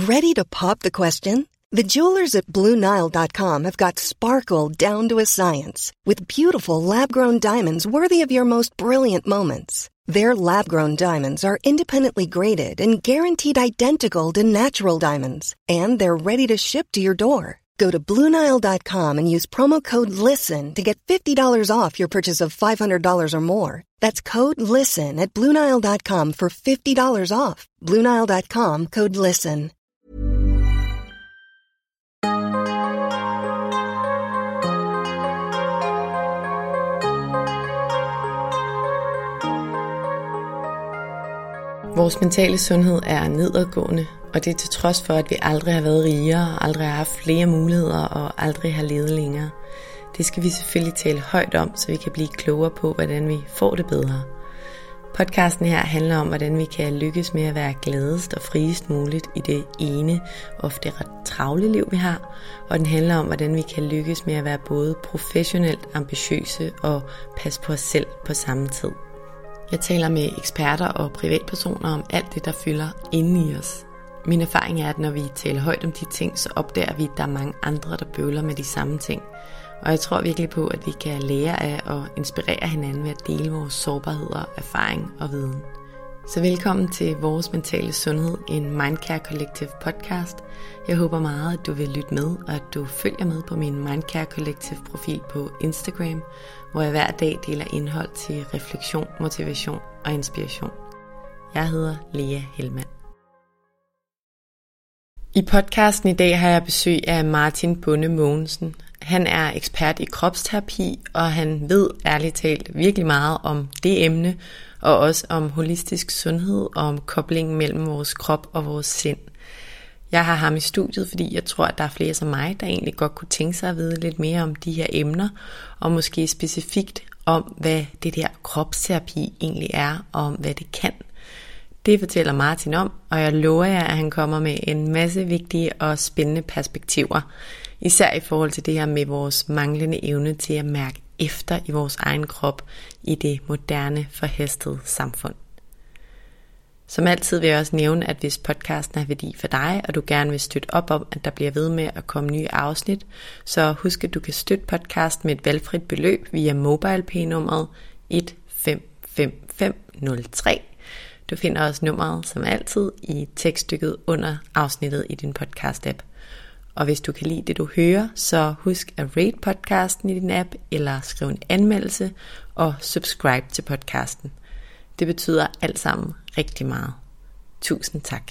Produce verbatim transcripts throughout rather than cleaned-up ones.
Ready to pop the question? The jewelers at Blue Nile dot com have got sparkle down to a science with beautiful lab-grown diamonds worthy of your most brilliant moments. Their lab-grown diamonds are independently graded and guaranteed identical to natural diamonds, and they're ready to ship to your door. Go to Blue Nile dot com and use promo code LISTEN to get fifty dollars off your purchase of five hundred dollars or more. That's code LISTEN at Blue Nile dot com for fifty dollars off. Blue Nile dot com, code LISTEN. Vores mentale sundhed er nedadgående, og det er til trods for, at vi aldrig har været rigere, aldrig har haft flere muligheder og aldrig har levet længere. Det skal vi selvfølgelig tale højt om, så vi kan blive klogere på, hvordan vi får det bedre. Podcasten her handler om, hvordan vi kan lykkes med at være gladest og friest muligt i det ene, ofte ret travle liv, vi har. Og den handler om, hvordan vi kan lykkes med at være både professionelt ambitiøse og passe på os selv på samme tid. Jeg taler med eksperter og privatpersoner om alt det, der fylder inde i os. Min erfaring er, at når vi taler højt om de ting, så opdager vi, at der er mange andre, der bøvler med de samme ting. Og jeg tror virkelig på, at vi kan lære af og inspirere hinanden ved at dele vores sårbarheder, erfaring og viden. Så velkommen til Vores Mentale Sundhed, en Mindcare Collective podcast. Jeg håber meget, at du vil lytte med, og at du følger med på min Mindcare Collective profil på Instagram, hvor jeg hver dag deler indhold til refleksion, motivation og inspiration. Jeg hedder Lea Helmand. I podcasten i dag har jeg besøg af Martin Bonde Mogensen. Han er ekspert i kropsterapi, og han ved ærligt talt virkelig meget om det emne, og også om holistisk sundhed og om koblingen mellem vores krop og vores sind. Jeg har ham i studiet, fordi jeg tror, at der er flere som mig, der egentlig godt kunne tænke sig at vide lidt mere om de her emner, og måske specifikt om, hvad det der kropsterapi egentlig er, og om hvad det kan. Det fortæller Martin om, og jeg lover jer, at han kommer med en masse vigtige og spændende perspektiver. Især i forhold til det her med vores manglende evne til at mærke efter i vores egen krop i det moderne, forhastede samfund. Som altid vil jeg også nævne, at hvis podcasten har værdi for dig, og du gerne vil støtte op om, at der bliver ved med at komme nye afsnit, så husk, at du kan støtte podcasten med et valgfrit beløb via MobilePay-nummeret et fem fem fem nul tre. Du finder også nummeret som altid i tekststykket under afsnittet i din podcast-app. Og hvis du kan lide det, du hører, så husk at rate podcasten i din app, eller skriv en anmeldelse og subscribe til podcasten. Det betyder alt sammen rigtig meget. Tusind tak.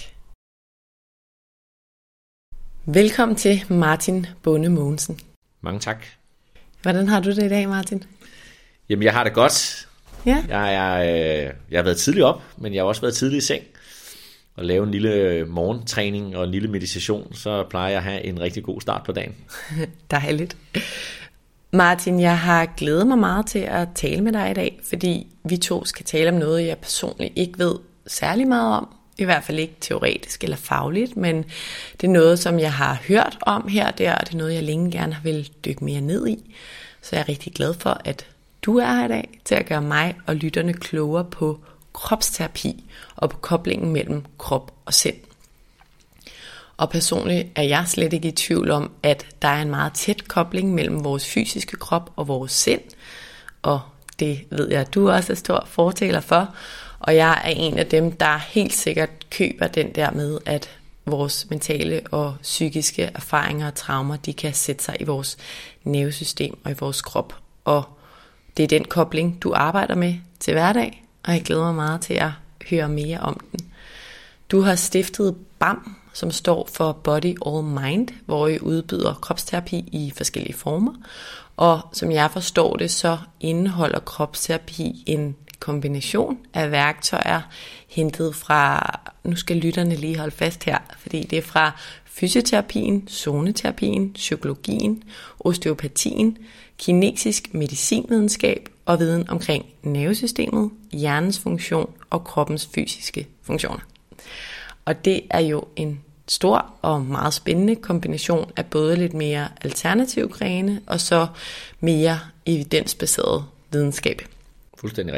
Velkommen til Martin Bonde Mogensen. Mange tak. Hvordan har du det i dag, Martin? Jamen, jeg har det godt. Ja. Jeg, jeg, øh, jeg har været tidlig op, men jeg har også været tidlig i seng. Og lave en lille morgentræning og en lille meditation, så plejer jeg at have en rigtig god start på dagen. Dejligt. Martin, jeg har glædet mig meget til at tale med dig i dag, fordi vi to skal tale om noget, jeg personligt ikke ved særlig meget om. I hvert fald ikke teoretisk eller fagligt, men det er noget, som jeg har hørt om her og der, og det er noget, jeg længe gerne vil dykke mere ned i. Så jeg er rigtig glad for, at du er her i dag til at gøre mig og lytterne klogere på kropsterapi og på koblingen mellem krop og sind. Og personligt er jeg slet ikke i tvivl om, at der er en meget tæt kobling mellem vores fysiske krop og vores sind. Og det ved jeg, at du også er stor fortaler for. Og jeg er en af dem, der helt sikkert køber den der med, at vores mentale og psykiske erfaringer og traumer, de kan sætte sig i vores nervesystem og i vores krop. Og det er den kobling, du arbejder med til hverdag. Og jeg glæder mig meget til at høre mere om den. Du har stiftet B A M, som står for Body All Mind, hvor I udbyder kropsterapi i forskellige former. Og som jeg forstår det, så indeholder kropsterapi en kombination af værktøjer, hentet fra, nu skal lytterne lige holde fast her, fordi det er fra fysioterapien, zoneterapien, psykologien, osteopatien, kinesisk medicinvidenskab og viden omkring nervesystemet, hjernens funktion og kroppens fysiske funktioner. Og det er jo en stor og meget spændende kombination af både lidt mere alternative grene og så mere evidensbaseret videnskab. Fuldstændig rigtigt.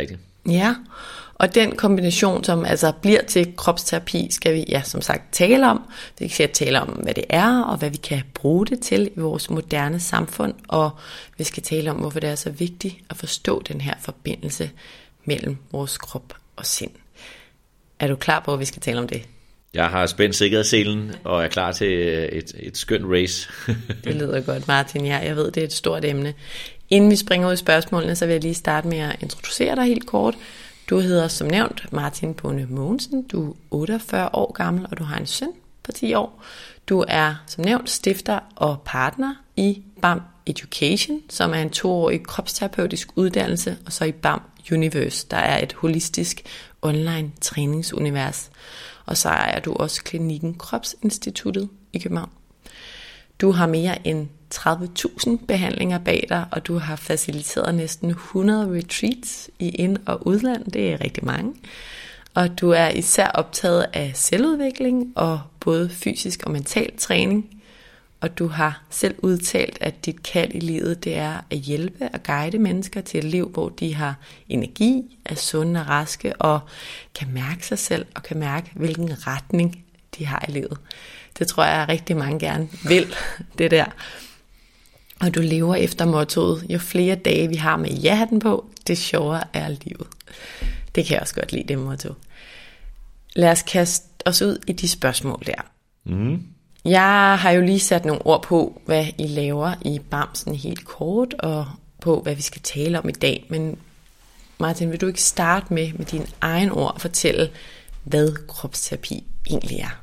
Ja, og den kombination, som altså bliver til kropsterapi, skal vi ja, som sagt tale om. Vi skal tale om, hvad det er, og hvad vi kan bruge det til i vores moderne samfund. Og vi skal tale om, hvorfor det er så vigtigt at forstå den her forbindelse mellem vores krop og sind. Er du klar på, at vi skal tale om det? Jeg har spændt sikkerhedsselen og er klar til et, et skønt race. Det lyder godt, Martin. Ja, jeg ved, det er et stort emne. Inden vi springer ud i spørgsmålene, så vil jeg lige starte med at introducere dig helt kort. Du hedder som nævnt Martin Bonde Mogensen. Du er otteogfyrre år gammel, og du har en søn på ti år. Du er som nævnt stifter og partner i B A M Education, som er en toårig kropsterapeutisk uddannelse, og så i B A M Universe, der er et holistisk online træningsunivers. Og så ejer du også klinikken Kropsinstituttet i København. Du har mere end tredive tusind behandlinger bag dig, og du har faciliteret næsten hundrede retreats i ind- og udland. Det er rigtig mange. Og du er især optaget af selvudvikling og både fysisk og mental træning. Og du har selv udtalt, at dit kald i livet, det er at hjælpe og guide mennesker til et liv, hvor de har energi, er sunde og raske og kan mærke sig selv og kan mærke, hvilken retning de har i livet. Det tror jeg, at rigtig mange gerne vil, det der. Og du lever efter mottoet, jo flere dage vi har med ja-hatten på, det sjovere er livet. Det kan jeg også godt lide, det motto. Lad os kaste os ud i de spørgsmål der. Mm. Jeg har jo lige sat nogle ord på, hvad I laver i Bamsen helt kort, og på, hvad vi skal tale om i dag. Men Martin, vil du ikke starte med, med dine egne ord at fortælle, hvad kropsterapi egentlig er?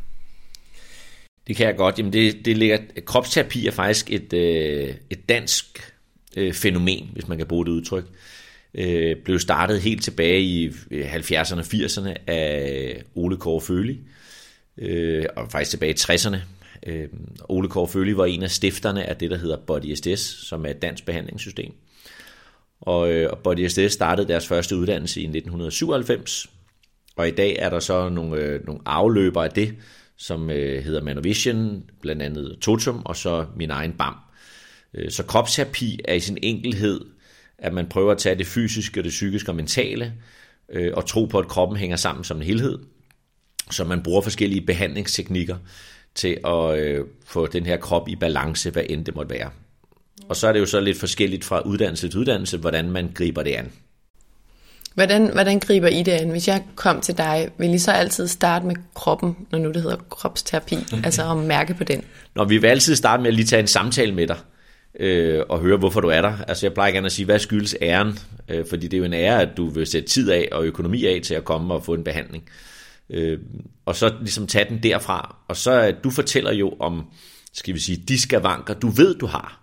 Det kan jeg godt. Jamen det, det ligger, kropsterapi er faktisk et, øh, et dansk øh, fænomen, hvis man kan bruge det udtryk. Øh, blev startet helt tilbage i halvfjerdserne og firserne af Ole Kåre Føli, øh, og faktisk tilbage i tresserne. Øh, Ole Kåre Føli var en af stifterne af det, der hedder Body S D S, som er et dansk behandlingssystem. Og, øh, og Body S D S startede deres første uddannelse i nitten syvoghalvfems, og i dag er der så nogle, øh, nogle afløbere af det, som øh, hedder Manovision, blandt andet Totum, og så min egen B A M. Øh, så kropsterapi er i sin enkelhed, at man prøver at tage det fysiske, det psykiske og mentale, øh, og tro på, at kroppen hænger sammen som en helhed. Så man bruger forskellige behandlingsteknikker til at øh, få den her krop i balance, hvad end det måtte være. Og så er det jo så lidt forskelligt fra uddannelse til uddannelse, hvordan man griber det an. Hvordan, hvordan griber I det an? Hvis jeg kom til dig, vil I så altid starte med kroppen, når nu det hedder kropsterapi, altså at mærke på den? Nå, vi vil altid starte med at lige tage en samtale med dig, øh, og høre, hvorfor du er der. Altså jeg plejer gerne at sige, hvad skyldes æren? Øh, fordi det er jo en ære, at du vil sætte tid af og økonomi af til at komme og få en behandling. Øh, og så ligesom tage den derfra. Og så du fortæller jo om, skal vi sige, de skavanker, du ved, du har.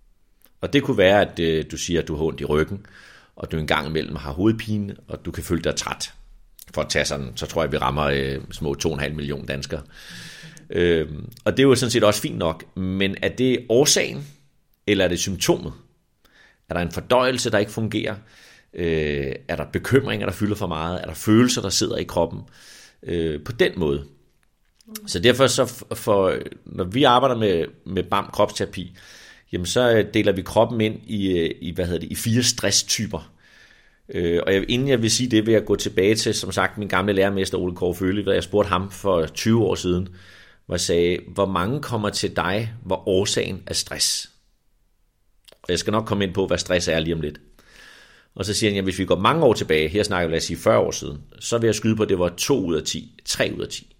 Og det kunne være, at øh, du siger, at du har ondt i ryggen, og du engang imellem har hovedpine, og du kan føle dig træt. For at tage sådan, så tror jeg, vi rammer øh, små to komma fem millioner danskere. Øh, og det er jo sådan set også fint nok, men er det årsagen, eller er det symptomet? Er der en fordøjelse, der ikke fungerer? Øh, er der bekymringer, der fylder for meget? Er der følelser, der sidder i kroppen? Øh, på den måde. Så derfor, så for, når vi arbejder med, med B A M kropsterapi, jamen så deler vi kroppen ind i, i, hvad hedder det, i fire stresstyper. Øh, og jeg, inden jeg vil sige det, vil jeg gå tilbage til, som sagt, min gamle lærermester Ole Kåre Føli, da jeg spurgte ham for tyve år siden, hvor jeg sagde, hvor mange kommer til dig, hvor årsagen er stress? Og jeg skal nok komme ind på, hvad stress er lige om lidt. Og så siger han, at hvis vi går mange år tilbage, her snakker vi lad os sige fyrre år siden, så vil jeg skyde på, at det var to ud af ti, tre ud af ti.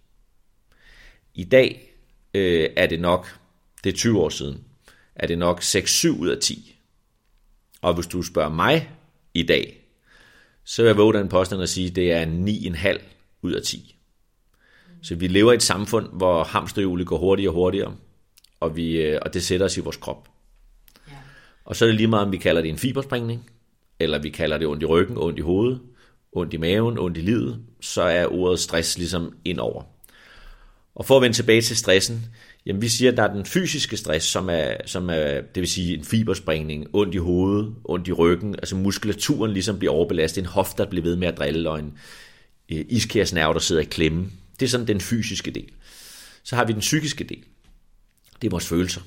I dag øh, er det nok, det er tyve år siden, er det nok seks syv ud af ti. Og hvis du spørger mig i dag, så vil jeg våge den påstand at sige, at det er ni komma fem ud af ti. Så vi lever i et samfund, hvor hamsterhjulet går hurtigere og hurtigere, og, vi, og det sætter os i vores krop. Ja. Og så er det lige meget, om vi kalder det en fibersprængning, eller vi kalder det ondt i ryggen, ondt i hovedet, ondt i maven, ondt i livet, så er ordet stress ligesom indover. Og for at vende tilbage til stressen, jamen vi siger, at der er den fysiske stress, som er, som er det vil sige en fibersprængning, ondt i hovedet, ondt i ryggen, altså muskulaturen ligesom bliver overbelastet, en hofte, der bliver ved med at drille, og en øh, iskærsnerve, der sidder i klemme. Det er sådan den fysiske del. Så har vi den psykiske del. Det er vores følelser.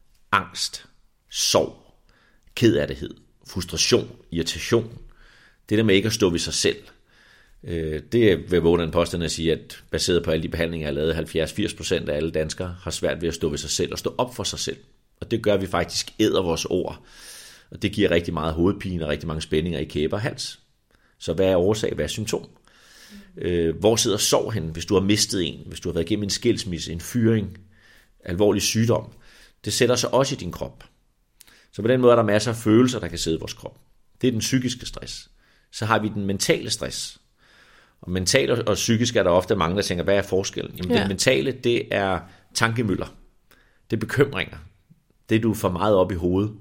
Angst, sorg, kederlighed, frustration, irritation. det der med ikke at stå ved sig selv, det vil våge den påstand at sige, at baseret på alle de behandlinger, jeg har lavet, halvfjerds til firs procent af alle danskere har svært ved at stå ved sig selv og stå op for sig selv. Og det gør, at vi faktisk æder vores ord. Og det giver rigtig meget hovedpine og rigtig mange spændinger i kæbe og hals. Så hvad er årsag, hvad er symptom? Øh, hvor sidder sorg hen, hvis du har mistet en, hvis du har været igennem en skilsmisse, en fyring, alvorlig sygdom? Det sætter sig også i din krop. Så på den måde er der masser af følelser, der kan sidde i vores krop. Det er den psykiske stress. Så har vi den mentale stress. Og mental og psykisk er der ofte mange, der tænker, hvad er forskellen? Jamen ja. Den mentale, det er tankemøller. Det er bekymringer. Det er du for meget op i hovedet.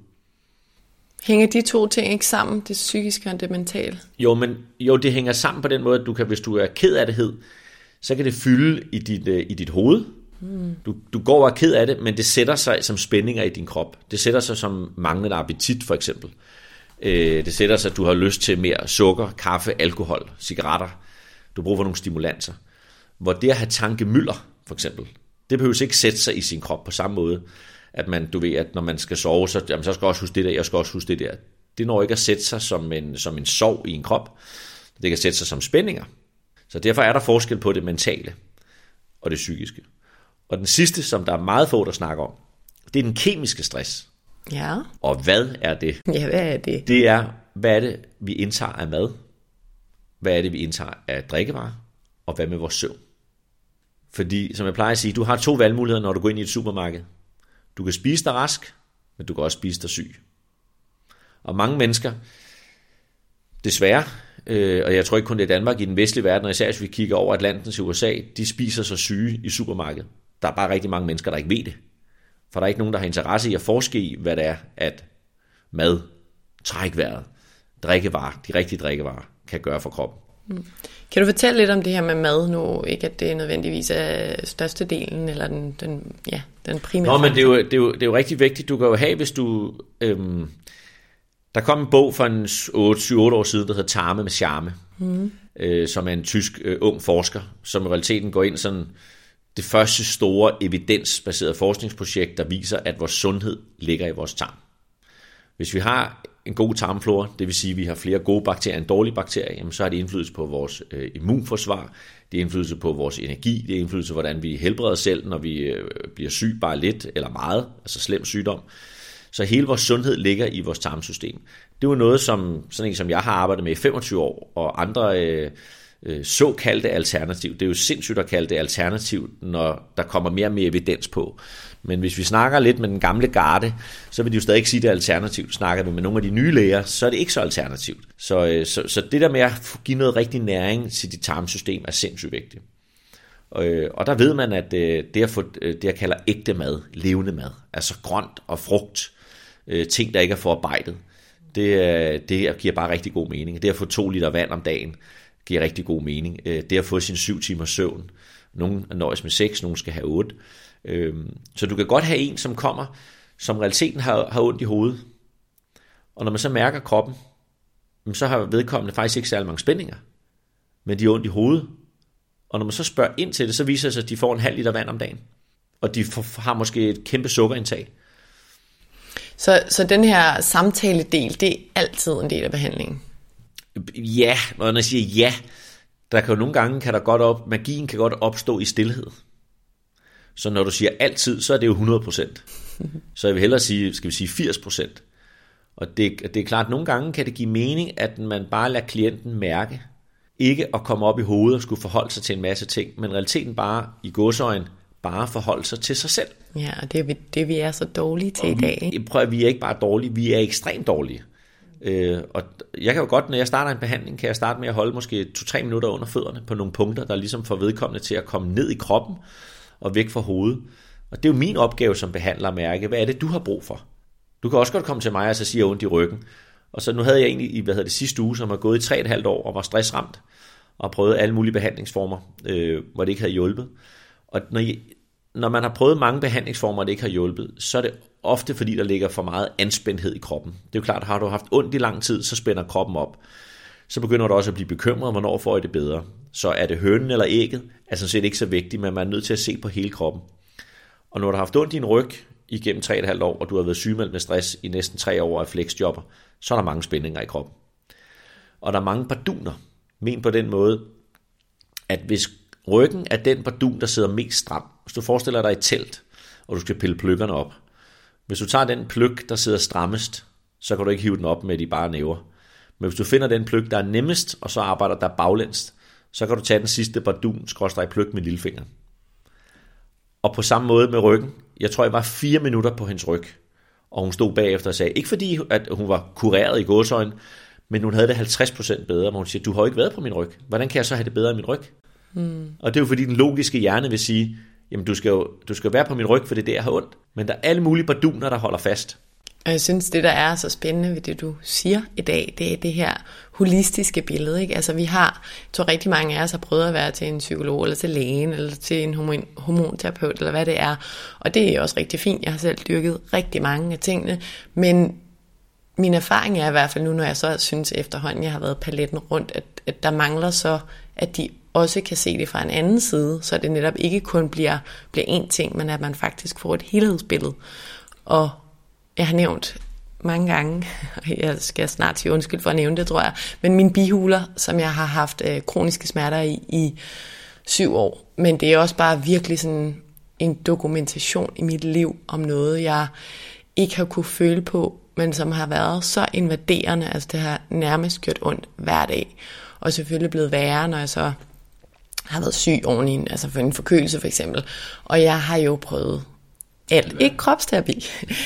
Hænger de to ting ikke sammen, det psykiske og det mentale? Jo, men jo, det hænger sammen på den måde, at du kan, hvis du er ked af det, så kan det fylde i dit, i dit hoved. Hmm. Du, du går og er ked af det, men det sætter sig som spændinger i din krop. Det sætter sig som manglende appetit, for eksempel. Det sætter sig, at du har lyst til mere sukker, kaffe, alkohol, cigaretter. Du bruger for nogle stimulanser. Hvor det at have tankemøller, for eksempel, det behøver ikke sætte sig i sin krop på samme måde, at man, du ved, at når man skal sove, så, jamen, så skal jeg også huske det der, jeg skal også huske det der. Det når ikke at sætte sig som en, som en sorg i en krop. Det kan sætte sig som spændinger. Så derfor er der forskel på det mentale og det psykiske. Og den sidste, som der er meget få, der snakker om, det er den kemiske stress. Ja. Og hvad er det? Ja, hvad er det? Det er, hvad er det, vi indtager af mad? Hvad er det, vi indtager af drikkevarer? Og hvad med vores søvn? Fordi, som jeg plejer at sige, du har to valgmuligheder, når du går ind i et supermarked. Du kan spise dig rask, men du kan også spise dig syg. Og mange mennesker, desværre, øh, og jeg tror ikke kun det er Danmark, i den vestlige verden, og især hvis vi kigger over Atlanten til U S A, de spiser sig syge i supermarkedet. Der er bare rigtig mange mennesker, der ikke ved det. For der er ikke nogen, der har interesse i at forske i, hvad det er, at mad, trækvejret, drikkevarer, de rigtige drikkevarer, kan gøre for kroppen. Mm. Kan du fortælle lidt om det her med mad nu? Ikke at det nødvendigvis er størstedelen, eller den, den, ja, den primære. Nå, men det er, jo, det, er jo, det er jo rigtig vigtigt. Du kan jo have, hvis du... Øhm, der kom en bog for en syv otte år siden, der hedder Tarme med charme, mm. øh, som er en tysk øh, ung forsker, som i realiteten går ind sådan... Det første store evidensbaserede forskningsprojekt, der viser, at vores sundhed ligger i vores tarm. Hvis vi har en god tarmflora, det vil sige, at vi har flere gode bakterier end dårlige bakterier, jamen så har det indflydelse på vores øh, immunforsvar, det er indflydelse på vores energi, det er indflydelse på, hvordan vi helbreder os selv, når vi øh, bliver syg bare lidt eller meget, altså slem sygdom. Så hele vores sundhed ligger i vores tarmsystem. Det er jo noget, som sådan en som jeg har arbejdet med i femogtyve år, og andre... Øh, såkaldte alternativ. Det er jo sindssygt at kalde det alternativ, når der kommer mere og mere evidens på. Men hvis vi snakker lidt med den gamle garde, så vil de jo stadig ikke sige, det er alternativt. Snakker vi med nogle af de nye læger, så er det ikke så alternativt. Så, så, så det der med at give noget rigtig næring til dit tarmsystem er sindssygt vigtigt. Og, og der ved man, at det at få det, jeg kalder ægte mad, levende mad, altså grønt og frugt, ting, der ikke er forarbejdet, det, det giver bare rigtig god mening. Det at få to liter vand om dagen, giver rigtig god mening. Det at få sin syv timer søvn. Nogle nøjes med seks, nogle skal have otte. Så du kan godt have en, som kommer, som realiteten har, har ondt i hovedet. Og når man så mærker kroppen, så har vedkommende faktisk ikke særlig mange spændinger. Men de har ondt i hovedet. Og når man så spørger ind til det, så viser det sig, at de får en halv liter vand om dagen. Og de har måske et kæmpe sukkerindtag. Så, så den her samtale-del, det er altid en del af behandlingen? Ja, når jeg siger ja, der kan jo nogle gange, kan der godt op, magien kan godt opstå i stilhed. Så når du siger altid, så er det jo hundrede procent. Så jeg vil hellere sige, skal vi sige firs procent. Og det, det er klart, at nogle gange kan det give mening, at man bare lader klienten mærke, ikke at komme op i hovedet og skulle forholde sig til en masse ting, men realiteten bare i gåseøjne, bare forholde sig til sig selv. Ja, og det er det, vi er så dårlige til og i dag. Vi, prøv at vi er ikke bare dårlige, vi er ekstremt dårlige. Øh, og jeg kan jo godt, når jeg starter en behandling, kan jeg starte med at holde måske to-tre minutter under fødderne på nogle punkter, der ligesom får vedkommende til at komme ned i kroppen og væk fra hovedet. Og det er jo min opgave som behandler at mærke, hvad er det, du har brug for? Du kan også godt komme til mig og så sige, at jeg har ondt i ryggen. Og så nu havde jeg egentlig i hvad hedder det, sidste uge, som har gået i tre og et halvt år og var stressramt og prøvet alle mulige behandlingsformer, øh, hvor det ikke havde hjulpet. Og når, I, når man har prøvet mange behandlingsformer, og det ikke har hjulpet, så er det ofte fordi, der ligger for meget anspændthed i kroppen. Det er jo klart, at har du haft ondt i lang tid, så spænder kroppen op. Så begynder du også at blive bekymret, hvornår får I det bedre. Så er det hønen eller ægget, er sådan set ikke så vigtigt, men man er nødt til at se på hele kroppen. Og når du har haft ondt i en ryg igennem tre og et halvt år, og du har været sygemeldt med stress i næsten tre år af flexjobber, så er der mange spændinger i kroppen. og der er mange barduner. Men på den måde, at hvis ryggen er den bardun, der sidder mest stram, hvis du forestiller dig et telt, og du skal pille pløkkerne op. Hvis du tager den pløk, der sidder strammest, så kan du ikke hive den op med de bare næver. Men hvis du finder den pløk, der er nemmest, og så arbejder der baglæns, så kan du tage den sidste bardun, skråstreg pløk med lillefingeren. Og på samme måde med ryggen. Jeg tror, jeg var fire minutter på hendes ryg, og hun stod bagefter og sagde, ikke fordi at hun var kureret i gåseøjne, men hun havde det halvtreds procent bedre, hvor hun siger, du har jo ikke været på min ryg. Hvordan kan jeg så have det bedre i min ryg? Mm. Og det er jo fordi den logiske hjerne vil sige, jamen du skal jo du skal være på min ryg, for det er det, jeg har ondt. Men der er alle mulige barduner, der holder fast. Og jeg synes, det der er så spændende ved det, du siger i dag, det er det her holistiske billede. Ikke? Altså vi har, jeg tror rigtig mange af os har prøvet at være til en psykolog, eller til lægen, eller til en hormon, hormonterapeut, eller hvad det er. Og det er også rigtig fint. Jeg har selv dyrket rigtig mange af tingene. Men min erfaring er i hvert fald nu, når jeg så synes efterhånden, jeg har været paletten rundt, at, at der mangler så, at de også kan se det fra en anden side, så det netop ikke kun bliver, bliver én ting, men at man faktisk får et helhedsbillede. Og jeg har nævnt mange gange, og jeg skal snart sige undskyld for at nævne det, tror jeg, men mine bihuler, som jeg har haft øh, kroniske smerter i i syv år. Men det er også bare virkelig sådan en dokumentation i mit liv om noget, jeg ikke har kunne føle på, men som har været så invaderende, altså det har nærmest gjort ondt hver dag. Og selvfølgelig blevet værre, når jeg så har været syg oveni, altså for en forkølelse for eksempel. Og jeg har jo prøvet alt, ikke kropsterapi,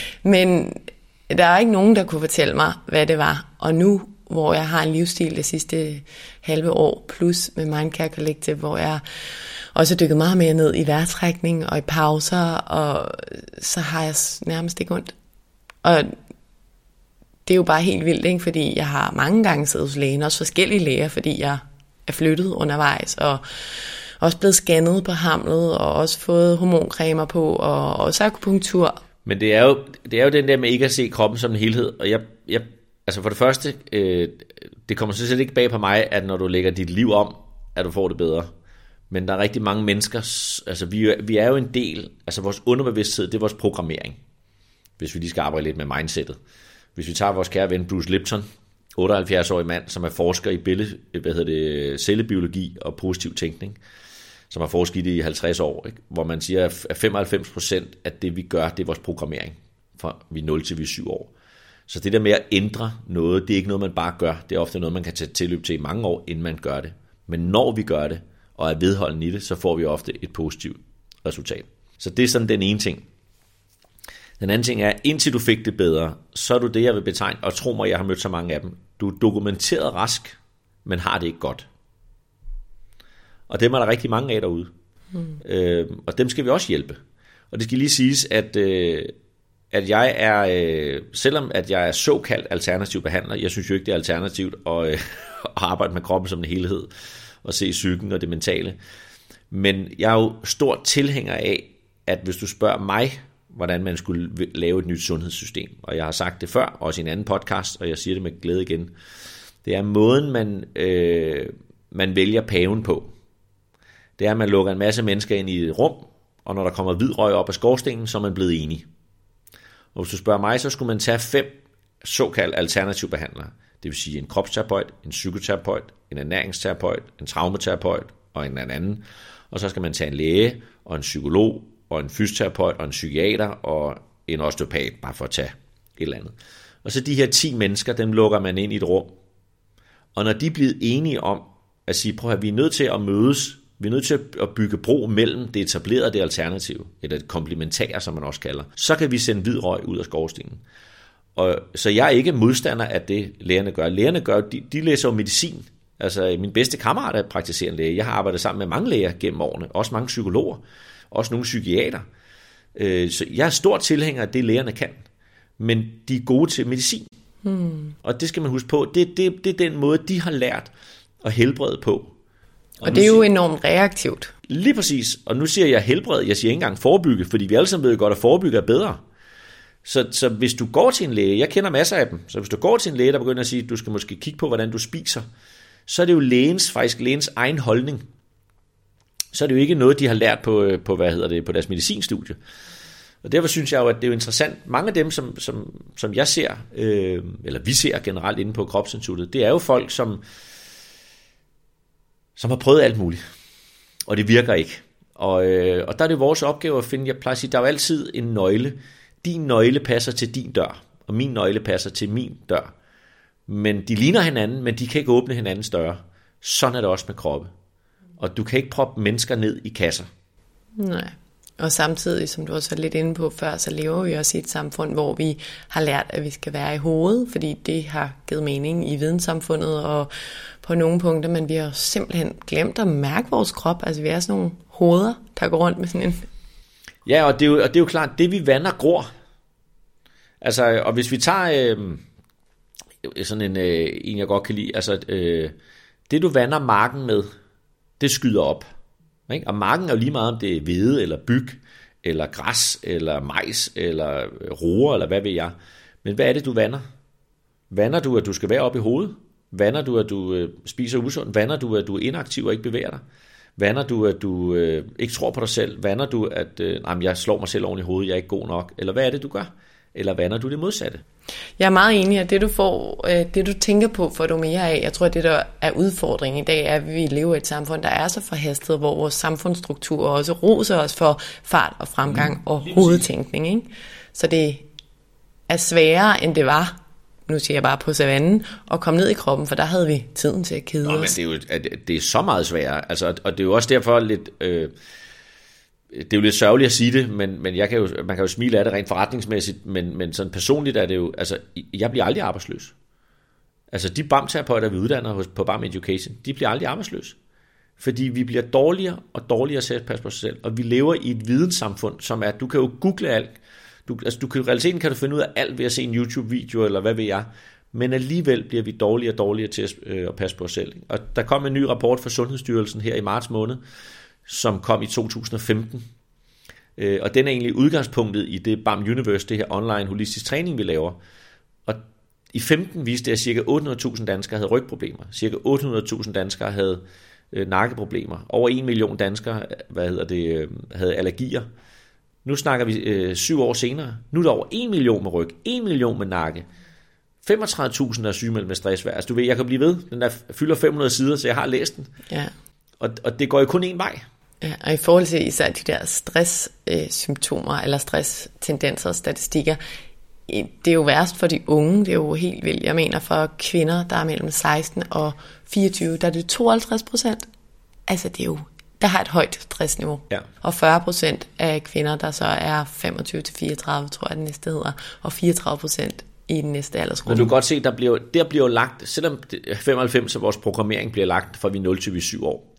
men der er ikke nogen, der kunne fortælle mig, hvad det var. Og nu, hvor jeg har en livsstil det sidste halve år, plus med Mindcare Collective, hvor jeg også dykket meget mere ned i vejrtrækning og i pauser, og så har jeg nærmest ikke ondt. Og det er jo bare helt vildt, ikke? Fordi jeg har mange gange siddet hos lægen, også forskellige læger, fordi jeg er flyttet undervejs, og også blevet scannet på hamlet, og også fået hormoncremer på, og også akupunktur. Men det er jo, det er jo den der med ikke at se kroppen som en helhed, og jeg, jeg altså for det første, øh, det kommer sådan set ikke bag på mig, at når du lægger dit liv om, at du får det bedre. Men der er rigtig mange mennesker, altså vi, vi er jo en del, altså vores underbevidsthed, det er vores programmering, hvis vi lige skal arbejde lidt med mindsetet. Hvis vi tager vores kære ven Bruce Lipton, otteoghalvfjerds-årig mand, som er forsker i billede, hvad hedder det, cellebiologi og positiv tænkning, som har forsket i det i halvtreds år, ikke? Hvor man siger, at femoghalvfems procent af det, vi gør, det er vores programmering, fra vi er nul til vi er syv år. Så det der med at ændre noget, det er ikke noget, man bare gør. Det er ofte noget, man kan tage tilløb til i mange år, inden man gør det. Men når vi gør det, og er vedholdende i det, så får vi ofte et positivt resultat. Så det er sådan den ene ting. Den anden ting er, indtil du fik det bedre, så er du det, jeg vil betegne, og tro mig, jeg har mødt så mange af dem. Du er dokumenteret rask, men har det ikke godt. Og dem er der rigtig mange af derude. Mm. Øh, og dem skal vi også hjælpe. Og det skal lige siges, at, øh, at jeg er, øh, selvom at jeg er såkaldt alternativ behandler, jeg synes jo ikke, det er alternativt at, øh, at arbejde med kroppen som en helhed, og se psyken og det mentale. Men jeg er jo stor tilhænger af, at hvis du spørger mig, hvordan man skulle lave et nyt sundhedssystem, og jeg har sagt det før, også i en anden podcast, og jeg siger det med glæde igen, det er måden, man, øh, man vælger paven på. Det er, at man lukker en masse mennesker ind i et rum, og når der kommer hvid røg op af skorstenen, så er man blevet enige. Og hvis du spørger mig, så skulle man tage fem såkaldte alternativbehandlere. Det vil sige en kropsterapeut, en psykoterapeut, en ernæringsterapeut, en traumaterapeut og en anden. Og så skal man tage en læge og en psykolog og en fysioterapeut og en psykiater og en osteopat, bare for at tage et eller andet. Og så de her ti mennesker, dem lukker man ind i et rum. Og når de er blevet enige om at sige, prøv at vi er nødt til at mødes, vi er nødt til at bygge bro mellem det etablerede og det alternative, eller det komplementære, som man også kalder, så kan vi sende hvid røg ud af skorstenen. Og, så jeg er ikke modstander af det, lægerne gør. Lægerne gør, de, de læser jo medicin. Altså min bedste kammerat er praktiserende læge. Jeg har arbejdet sammen med mange læger gennem årene, også mange psykologer, også nogle psykiater. Så jeg er stor tilhænger af det, lægerne kan. Men de er gode til medicin. Hmm. Og det skal man huske på. Det, det, det er den måde, de har lært at helbrede på. Og, og det er jo siger, enormt reaktivt. Lige præcis. Og nu siger jeg helbrede, jeg siger ikke engang forebygge, fordi vi alle sammen ved godt, at forebygge er bedre. Så, så hvis du går til en læge, jeg kender masser af dem, så hvis du går til en læge, der begynder at sige, at du skal måske kigge på, hvordan du spiser, så er det jo lægens, faktisk lægens egen holdning. Så er det jo ikke noget, de har lært på, på hvad hedder det, på deres medicinstudie. Og derfor synes jeg jo, at det er jo interessant. Mange af dem, som, som, som jeg ser, øh, eller vi ser generelt inde på Kropsinstituttet, det er jo folk, som, som har prøvet alt muligt. Og det virker ikke. Og, øh, og der er det vores opgave at finde, jeg plejer at sige, der er jo altid en nøgle. Din nøgle passer til din dør, og min nøgle passer til min dør. Men de ligner hinanden, men de kan ikke åbne hinandens døre. Sådan er det også med kroppe. Og du kan ikke proppe mennesker ned i kasser. Nej. Og samtidig, som du også var lidt inde på før, så lever vi også i et samfund, hvor vi har lært, at vi skal være i hovedet, fordi det har givet mening i videnssamfundet og på nogle punkter, men vi har simpelthen glemt at mærke vores krop. Altså vi er sådan nogle hoveder, der går rundt med sådan en... Ja, og det er jo, og det er jo klart, det vi vander gror. Altså, og hvis vi tager øh, sådan en, øh, en, jeg godt kan lide, altså øh, det du vander marken med, det skyder op. Ikke? Og marken er jo lige meget, om det er hvede, eller byg, eller græs, eller majs, eller roer, eller hvad ved jeg. Men hvad er det, du vander? Vander du, at du skal være oppe i hovedet? Vander du, at du øh, spiser usundt? Vander du, at du er inaktiv og ikke bevæger dig? Vander du, at du øh, ikke tror på dig selv? Vander du, at øh, nej, jeg slår mig selv oven i hovedet, jeg er ikke god nok? Eller hvad er det, du gør? Eller vander du det modsatte? Jeg er meget enig, at det du får, det du tænker på, får du mere af. Jeg tror, at det der er udfordringen i dag, er, at vi lever i et samfund, der er så forhastet, hvor vores samfundsstruktur også roser os for fart og fremgang mm, og hovedtænkning. Ikke? Så det er sværere, end det var, nu siger jeg bare på savannen, at komme ned i kroppen, for der havde vi tiden til at kede Nå, os. Men det er jo det er så meget sværere, altså, og det er jo også derfor lidt... Øh, det er jo lidt sørgeligt at sige det, men, men jeg kan jo, man kan jo smile af det rent forretningsmæssigt, men, men sådan personligt er det jo, altså, jeg bliver aldrig arbejdsløs. Altså, de B A M-terapeuter, vi uddanner hos, på B A M Education, de bliver aldrig arbejdsløse. Fordi vi bliver dårligere og dårligere til at passe på sig selv, og vi lever i et videnssamfund, som er, du kan jo google alt. Du, altså, du kan, i realiteten kan du finde ud af alt ved at se en YouTube-video, eller hvad ved jeg, men alligevel bliver vi dårligere og dårligere til at, øh, at passe på os selv. Og der kom en ny rapport fra Sundhedsstyrelsen her i marts måned, som kom i to tusind og femten. Øh, og den er egentlig udgangspunktet i det B A M Universe, det her online holistisk træning, vi laver. Og i femten viste det, at ca. otte hundrede tusind danskere havde rygproblemer. Ca. otte hundrede tusind danskere havde øh, nakkeproblemer. Over en million danskere hvad hedder det, øh, havde allergier. Nu snakker vi øh, syv år senere. Nu er der over en million med ryg, en million med nakke. femogtredive tusind er sygemeldt med stressvær. Altså du ved, jeg kan blive ved. Den der fylder fem hundrede sider, så jeg har læst den. Ja. Og, og det går jo kun én vej. Ja, og i forhold til især de der stresssymptomer øh, eller stresstendenser og statistikker, det er jo værst for de unge, det er jo helt vildt. Jeg mener for kvinder, der er mellem seksten og fireogtyve, der er det tooghalvtreds procent. Altså det er jo, der har et højt stressniveau. Ja. Og fyrre procent af kvinder, der så er femogtyve til fireogtredive, tror jeg det næste hedder, og fireogtredive procent i den næste aldersgruppe. Men du kan godt se, der bliver, der bliver lagt, selvom femoghalvfems af vores programmering bliver lagt fra vi er nul til vi er syv år.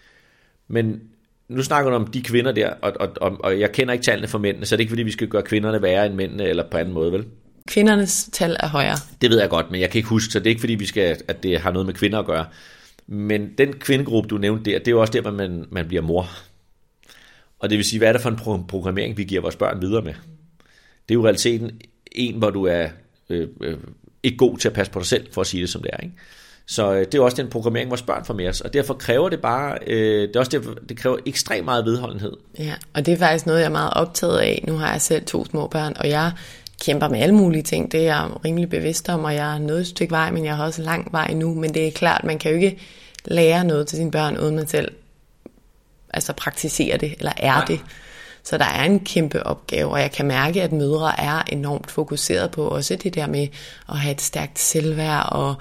Men nu snakker du om de kvinder der, og, og, og, og jeg kender ikke tallene for mændene, så det er ikke fordi, vi skal gøre kvinderne værre end mændene, eller på anden måde, vel? Kvindernes tal er højere. Det ved jeg godt, men jeg kan ikke huske, så det er ikke fordi, vi skal, at det har noget med kvinder at gøre. Men den kvindegruppe, du nævnte der, det er jo også der, hvor man, man bliver mor. Og det vil sige, hvad er det for en programmering, vi giver vores børn videre med? Det er jo i realiteten en, hvor du er øh, øh, ikke god til at passe på dig selv, for at sige det som det er, ikke? Så det er også den programmering, vores børn får med os, og derfor kræver det bare, øh, det, er også derfor, det kræver ekstremt meget vedholdenhed. Ja, og det er faktisk noget, jeg er meget optaget af. Nu har jeg selv to små børn, og jeg kæmper med alle mulige ting. Det er jeg rimelig bevidst om, og jeg er nået et stykke vej, men jeg har også lang vej nu. Men det er klart, man kan jo ikke lære noget til sine børn, uden man selv altså praktiserer det, eller er Nej. det. Så der er en kæmpe opgave, og jeg kan mærke, at mødre er enormt fokuseret på også det der med at have et stærkt selvværd, og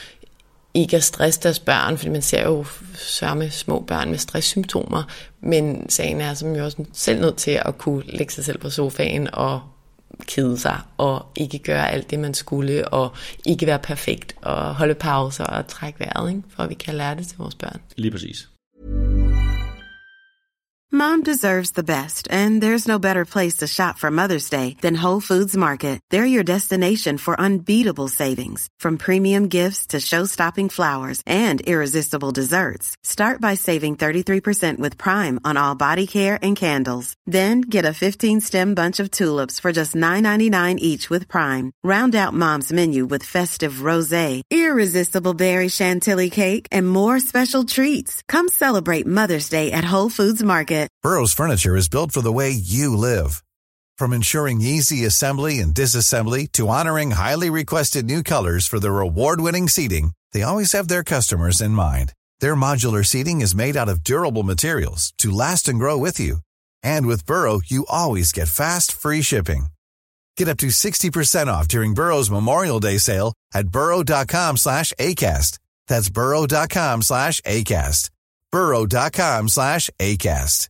ikke at stresse deres børn, fordi man ser jo sørme små børn med stresssymptomer, men sagen er, som jo også selv nødt til at kunne lægge sig selv på sofaen og kede sig, og ikke gøre alt det, man skulle, og ikke være perfekt, og holde pauser og trække vejret, ikke? For at vi kan lære det til vores børn. Lige præcis. Mom deserves the best, and there's no better place to shop for Mother's Day than Whole Foods Market. They're your destination for unbeatable savings, from premium gifts to show-stopping flowers and irresistible desserts. Start by saving thirty-three percent with Prime on all body care and candles. Then get a fifteen-stem bunch of tulips for just nine ninety-nine each with Prime. Round out Mom's menu with festive rosé, irresistible berry chantilly cake, and more special treats. Come celebrate Mother's Day at Whole Foods Market. Burrow's furniture is built for the way you live. From ensuring easy assembly and disassembly to honoring highly requested new colors for their award-winning seating, they always have their customers in mind. Their modular seating is made out of durable materials to last and grow with you. And with Burrow, you always get fast, free shipping. Get up to sixty percent off during Burrow's Memorial Day sale at burrow.com slash ACAST. That's burrow.com slash ACAST. burrow.com slash ACAST.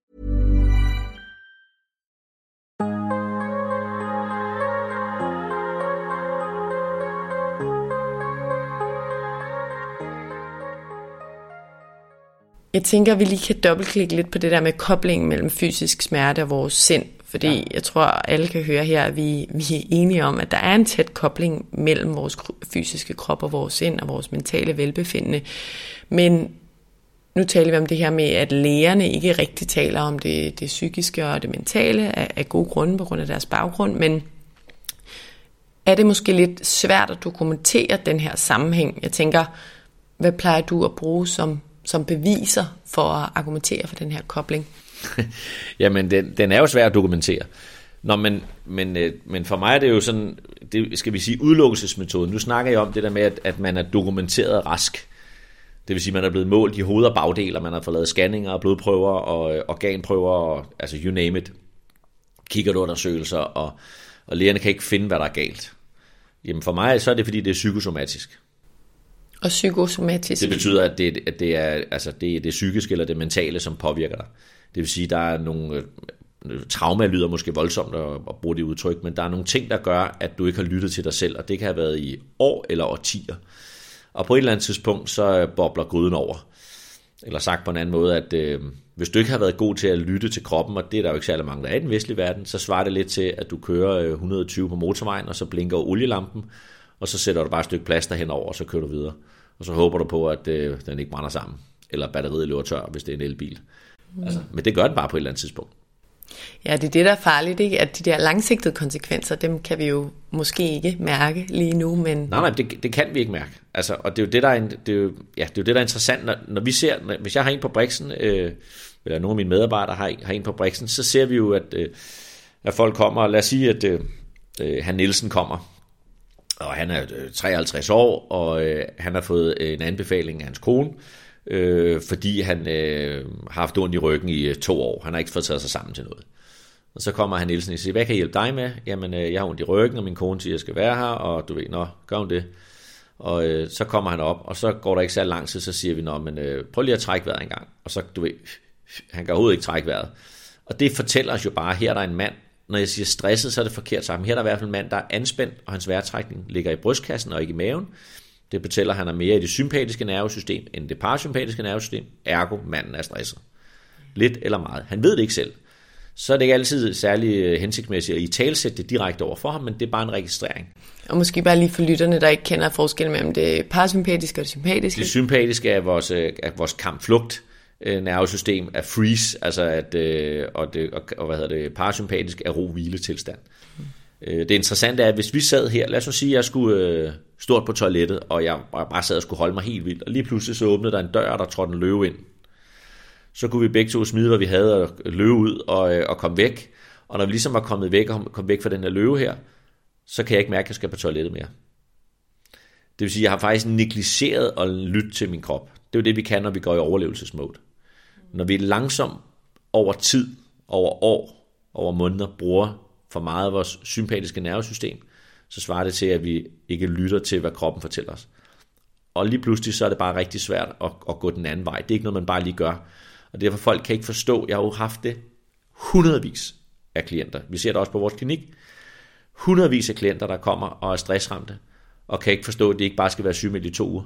Jeg tænker, at vi lige kan dobbeltklikke lidt på det der med koblingen mellem fysisk smerte og vores sind. Fordi ja. jeg tror, alle kan høre her, at vi, vi er enige om, at der er en tæt kobling mellem vores fysiske krop og vores sind og vores mentale velbefindende. Men nu taler vi om det her med, at lægerne ikke rigtig taler om det, det psykiske og det mentale af, af gode grunde på grund af deres baggrund. Men er det måske lidt svært at dokumentere den her sammenhæng? Jeg tænker, hvad plejer du at bruge som som beviser for at argumentere for den her kobling? Jamen, den, den er jo svær at dokumentere. Nå, men, men, men for mig er det jo sådan, det skal vi sige, udelukkelsesmetoden. Nu snakker jeg om det der med, at, at man er dokumenteret rask. Det vil sige, at man er blevet målt i hoved og bagdel, og man har fået lavet scanninger og blodprøver og organprøver, og, altså you name it, kikkertundersøgelser, og, og lægerne kan ikke finde, hvad der er galt. Jamen for mig, så er det, fordi det er psykosomatisk. Og psykosomatisk. Det betyder, at det, at det er altså det, er det psykiske eller det mentale, som påvirker dig. Det vil sige, at der er nogle øh, trauma lyder måske voldsomt at, at bruge det udtryk, men der er nogle ting, der gør, at du ikke har lyttet til dig selv, og det kan have været i år eller årtier. Og på et eller andet tidspunkt, så bobler gryden over. Eller sagt på en anden måde, at øh, hvis du ikke har været god til at lytte til kroppen, og det er der jo ikke særlig mange, der er i den vestlige verden, så svarer det lidt til, at du kører et hundrede og tyve på motorvejen, og så blinker olielampen, og så sætter du bare et stykke plaster henover, og så kører du videre. Og så håber du på, at øh, den ikke brænder sammen, eller batteriet løber tør, hvis det er en elbil. Mm. Altså, men det gør den bare på et eller andet tidspunkt. Ja, det er det, der er farligt, ikke? At de der langsigtede konsekvenser, dem kan vi jo måske ikke mærke lige nu, men... Nej, nej, det, det kan vi ikke mærke. Altså, og det er jo det, der er, det er, jo, ja, det er, jo det, der er interessant, når, når vi ser, når, hvis jeg har en på Brixen, øh, eller nogle af mine medarbejdere har, har en på Brixen, så ser vi jo, at, øh, at folk kommer, og lad os sige, at øh, øh, han Nielsen kommer, og han er øh, treoghalvtreds år, og øh, han har fået en anbefaling af hans kone, øh, fordi han øh, har haft ondt i ryggen i øh, to år. Han har ikke fået taget sig sammen til noget. Og så kommer han Nielsen og siger, hvad kan jeg hjælpe dig med? Jamen, øh, jeg har ondt i ryggen, og min kone siger, jeg skal være her, og du ved, nå, gør hun det. Og øh, så kommer han op, og så går der ikke så lang tid, så siger vi, nå, men øh, prøv lige at trække vejret en gang. Og så, du ved, han kan overhovedet ikke trække vejret. Og det fortæller os jo bare, her der er en mand, når jeg siger stresset, så er det forkert sagt. Her er der i hvert fald en mand, der er anspændt, og hans vejrtrækning ligger i brystkassen og ikke i maven. Det fortæller, at han er mere i det sympatiske nervesystem end det parasympatiske nervesystem. Ergo, manden er stresset. Lidt eller meget. Han ved det ikke selv. Så er det ikke altid særlig hensigtsmæssigt at italesætte det direkte over for ham, men det er bare en registrering. Og måske bare lige for lytterne, der ikke kender forskel mellem det parasympatiske og det sympatiske. Det sympatiske er vores, er vores kamp-flugt nervesystem, er freeze, altså at, og, det, og, og hvad hedder det, parasympatisk er ro-hvile-tilstand. Mm. Det interessante er, at hvis vi sad her, lad os nu sige, at jeg skulle stå på toilettet, og jeg bare sad og skulle holde mig helt vildt, og lige pludselig så åbnede der en dør, og der trådte en løve ind. Så kunne vi begge to smide, hvad vi havde, og løbe ud og, og komme væk. Og når vi ligesom var kommet væk og kom væk fra den her løve her, så kan jeg ikke mærke, at jeg skal på toilettet mere. Det vil sige, at jeg har faktisk negligeret at lytte til min krop. Det er jo det, vi kan, når vi går i overlevelsesmode. Når vi langsomt over tid, over år, over måneder, bruger for meget af vores sympatiske nervesystem, så svarer det til, at vi ikke lytter til, hvad kroppen fortæller os. Og lige pludselig, så er det bare rigtig svært at, at gå den anden vej. Det er ikke noget, man bare lige gør. Og derfor folk kan ikke forstå, jeg har jo haft det hundredvis af klienter. Vi ser det også på vores klinik. Hundredvis af klienter, der kommer og er stressramte, og kan ikke forstå, at det ikke bare skal være sygemeldt i to uger.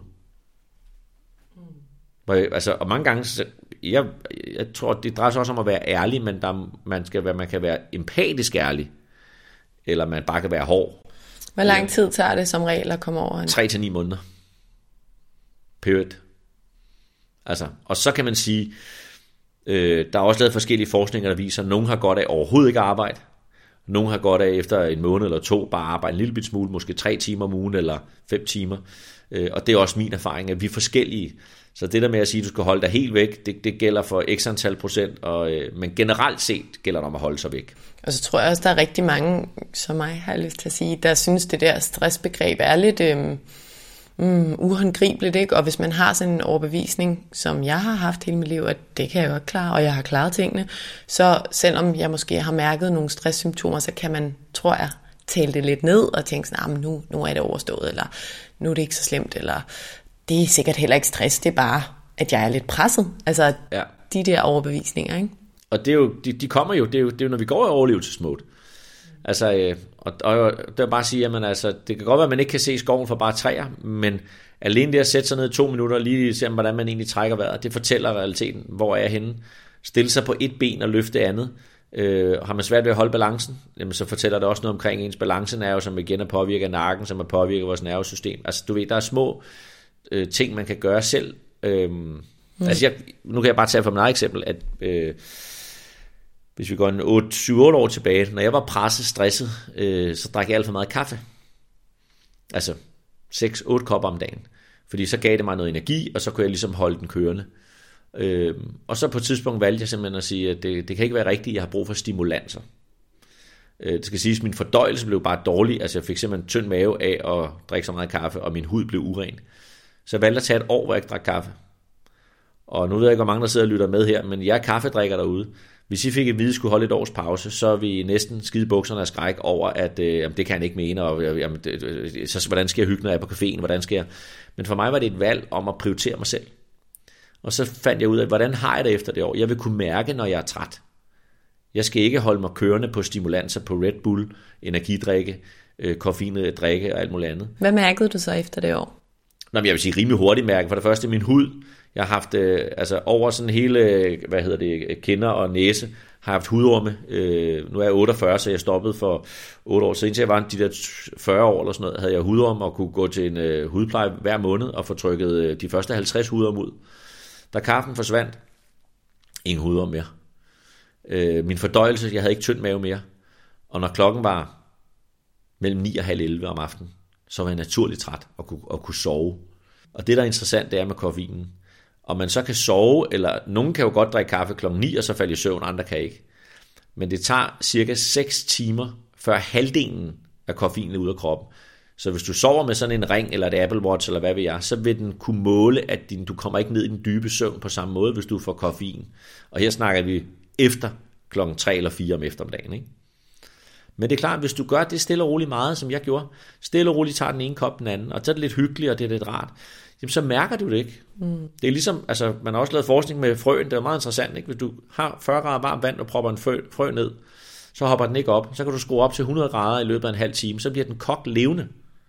Mm. Altså, og mange gange, jeg, jeg tror, det drejer sig også om at være ærlig, men der, man, skal være, man kan være empatisk ærlig, eller man bare kan være hård. Hvor lang tid tager det som regel at komme over? Tre til ni måneder. Period. Altså, og så kan man sige, øh, der er også lavet forskellige forskninger, der viser, at nogen har godt af overhovedet ikke arbejde, Nogle har godt af efter en måned eller to bare arbejde en lille bit smule, måske tre timer om ugen eller fem timer. Og det er også min erfaring, at vi er forskellige. Så det der med at sige, at du skal holde dig helt væk, det, det gælder for x antal procent, og, men generelt set gælder det om at holde sig væk. Og så tror jeg også, der er rigtig mange, som mig har jeg lyst til at sige, der synes, det der stressbegreb er lidt øhm, mm, uhåndgribeligt, ikke? Og hvis man har sådan en overbevisning, som jeg har haft hele mit liv, at det kan jeg godt klare, og jeg har klaret tingene, så selvom jeg måske har mærket nogle stresssymptomer, så kan man, tror jeg, tale det lidt ned og tænke sådan, nu, nu er det overstået, eller nu er det ikke så slemt, eller det er sikkert heller ikke stress, det er bare, at jeg er lidt presset. Altså ja. De der overbevisninger, ikke? Og det er jo, de, de kommer jo, det er jo, det er jo, når vi går i overlevelsesmode. Altså, øh, og, og det er bare at sige, jamen altså, det kan godt være, at man ikke kan se skoven for bare træer, men alene det at sætte sig ned i to minutter og lige se, hvordan man egentlig trækker vejret, det fortæller realiteten, hvor er jeg henne. Stille sig på et ben og løfte andet. Øh, har man svært ved at holde balancen, jamen, så fortæller det også noget omkring ens balancenerve, som igen er påvirket af nakken, som er påvirket af vores nervesystem. Altså, du ved, der er små øh, ting, man kan gøre selv. Øh, mm. Altså, jeg, nu kan jeg bare tage for mit eget eksempel, at øh, hvis vi går en otte syv otte år tilbage, når jeg var presset, stresset, øh, så drak jeg alt for meget kaffe. Altså seks otte kopper om dagen. Fordi så gav det mig noget energi, og så kunne jeg ligesom holde den kørende. Øh, og så på et tidspunkt valgte jeg simpelthen at sige, at det, det kan ikke være rigtigt, jeg har brug for stimulanser. Øh, det skal siges, at min fordøjelse blev bare dårlig. Altså jeg fik simpelthen tynd mave af at drikke så meget kaffe, og min hud blev uren. Så jeg valgte at tage et år, hvor jeg ikke drak kaffe. Og nu ved jeg ikke, hvor mange der sidder og lytter med her, men jeg er kaffedrikker derude. Hvis I fik at vide, at I skulle holde et års pause, så er vi næsten skide bukserne af skræk over, at øh, jamen, det kan han ikke mene, og jamen, det, så hvordan skal jeg hygge, når jeg er på caféen, hvordan skal jeg... Men for mig var det et valg om at prioritere mig selv. Og så fandt jeg ud af, hvordan har jeg det efter det år? Jeg vil kunne mærke, når jeg er træt. Jeg skal ikke holde mig kørende på stimulanser, på Red Bull, energidrikke, øh, koffeinet drikke og alt muligt andet. Hvad mærkede du så efter det år? Nå, men jeg vil sige rimelig hurtigt mærke. For det første min hud. Jeg har haft øh, altså over sådan hele, hvad hedder det, kinder og næse, har haft hudorme. Øh, nu er jeg otteogfyrre, så jeg stoppede for otte år siden. Så jeg var de der fyrre år eller sådan noget, havde jeg hudorme og kunne gå til en øh, hudpleje hver måned og få trykket øh, de første halvtreds hudorme ud. Da kaffen forsvandt, ingen hudorme mere. Øh, min fordøjelse, jeg havde ikke tynd mave mere. Og når klokken var mellem ni og halv elleve om aftenen, så var jeg naturligt træt og kunne, og kunne sove. Og det, der er interessant, det er med koffeinen. Om man så kan sove, eller nogen kan jo godt drikke kaffe klokken ni, og så falder i søvn, andre kan ikke. Men det tager cirka seks timer, før halvdelen af koffeinen er ude af kroppen. Så hvis du sover med sådan en ring, eller et Apple Watch, eller hvad ved jeg, så vil den kunne måle, at din, du kommer ikke ned i den dybe søvn på samme måde, hvis du får koffein. Og her snakker vi efter klokken tre eller fire om eftermiddagen, ikke? Men det er klart, hvis du gør det stille og roligt meget, som jeg gjorde, stille og roligt tager den ene kop den anden, og så er det lidt hyggeligt, og det er lidt rart, jamen så mærker du det ikke. Mm. Det er ligesom, altså man har også lavet forskning med frøen, det er meget interessant, ikke? Hvis du har fyrre grader varmt vand og propper en frø, frø ned, så hopper den ikke op, så kan du skrue op til hundrede grader i løbet af en halv time, så bliver den kogt levende.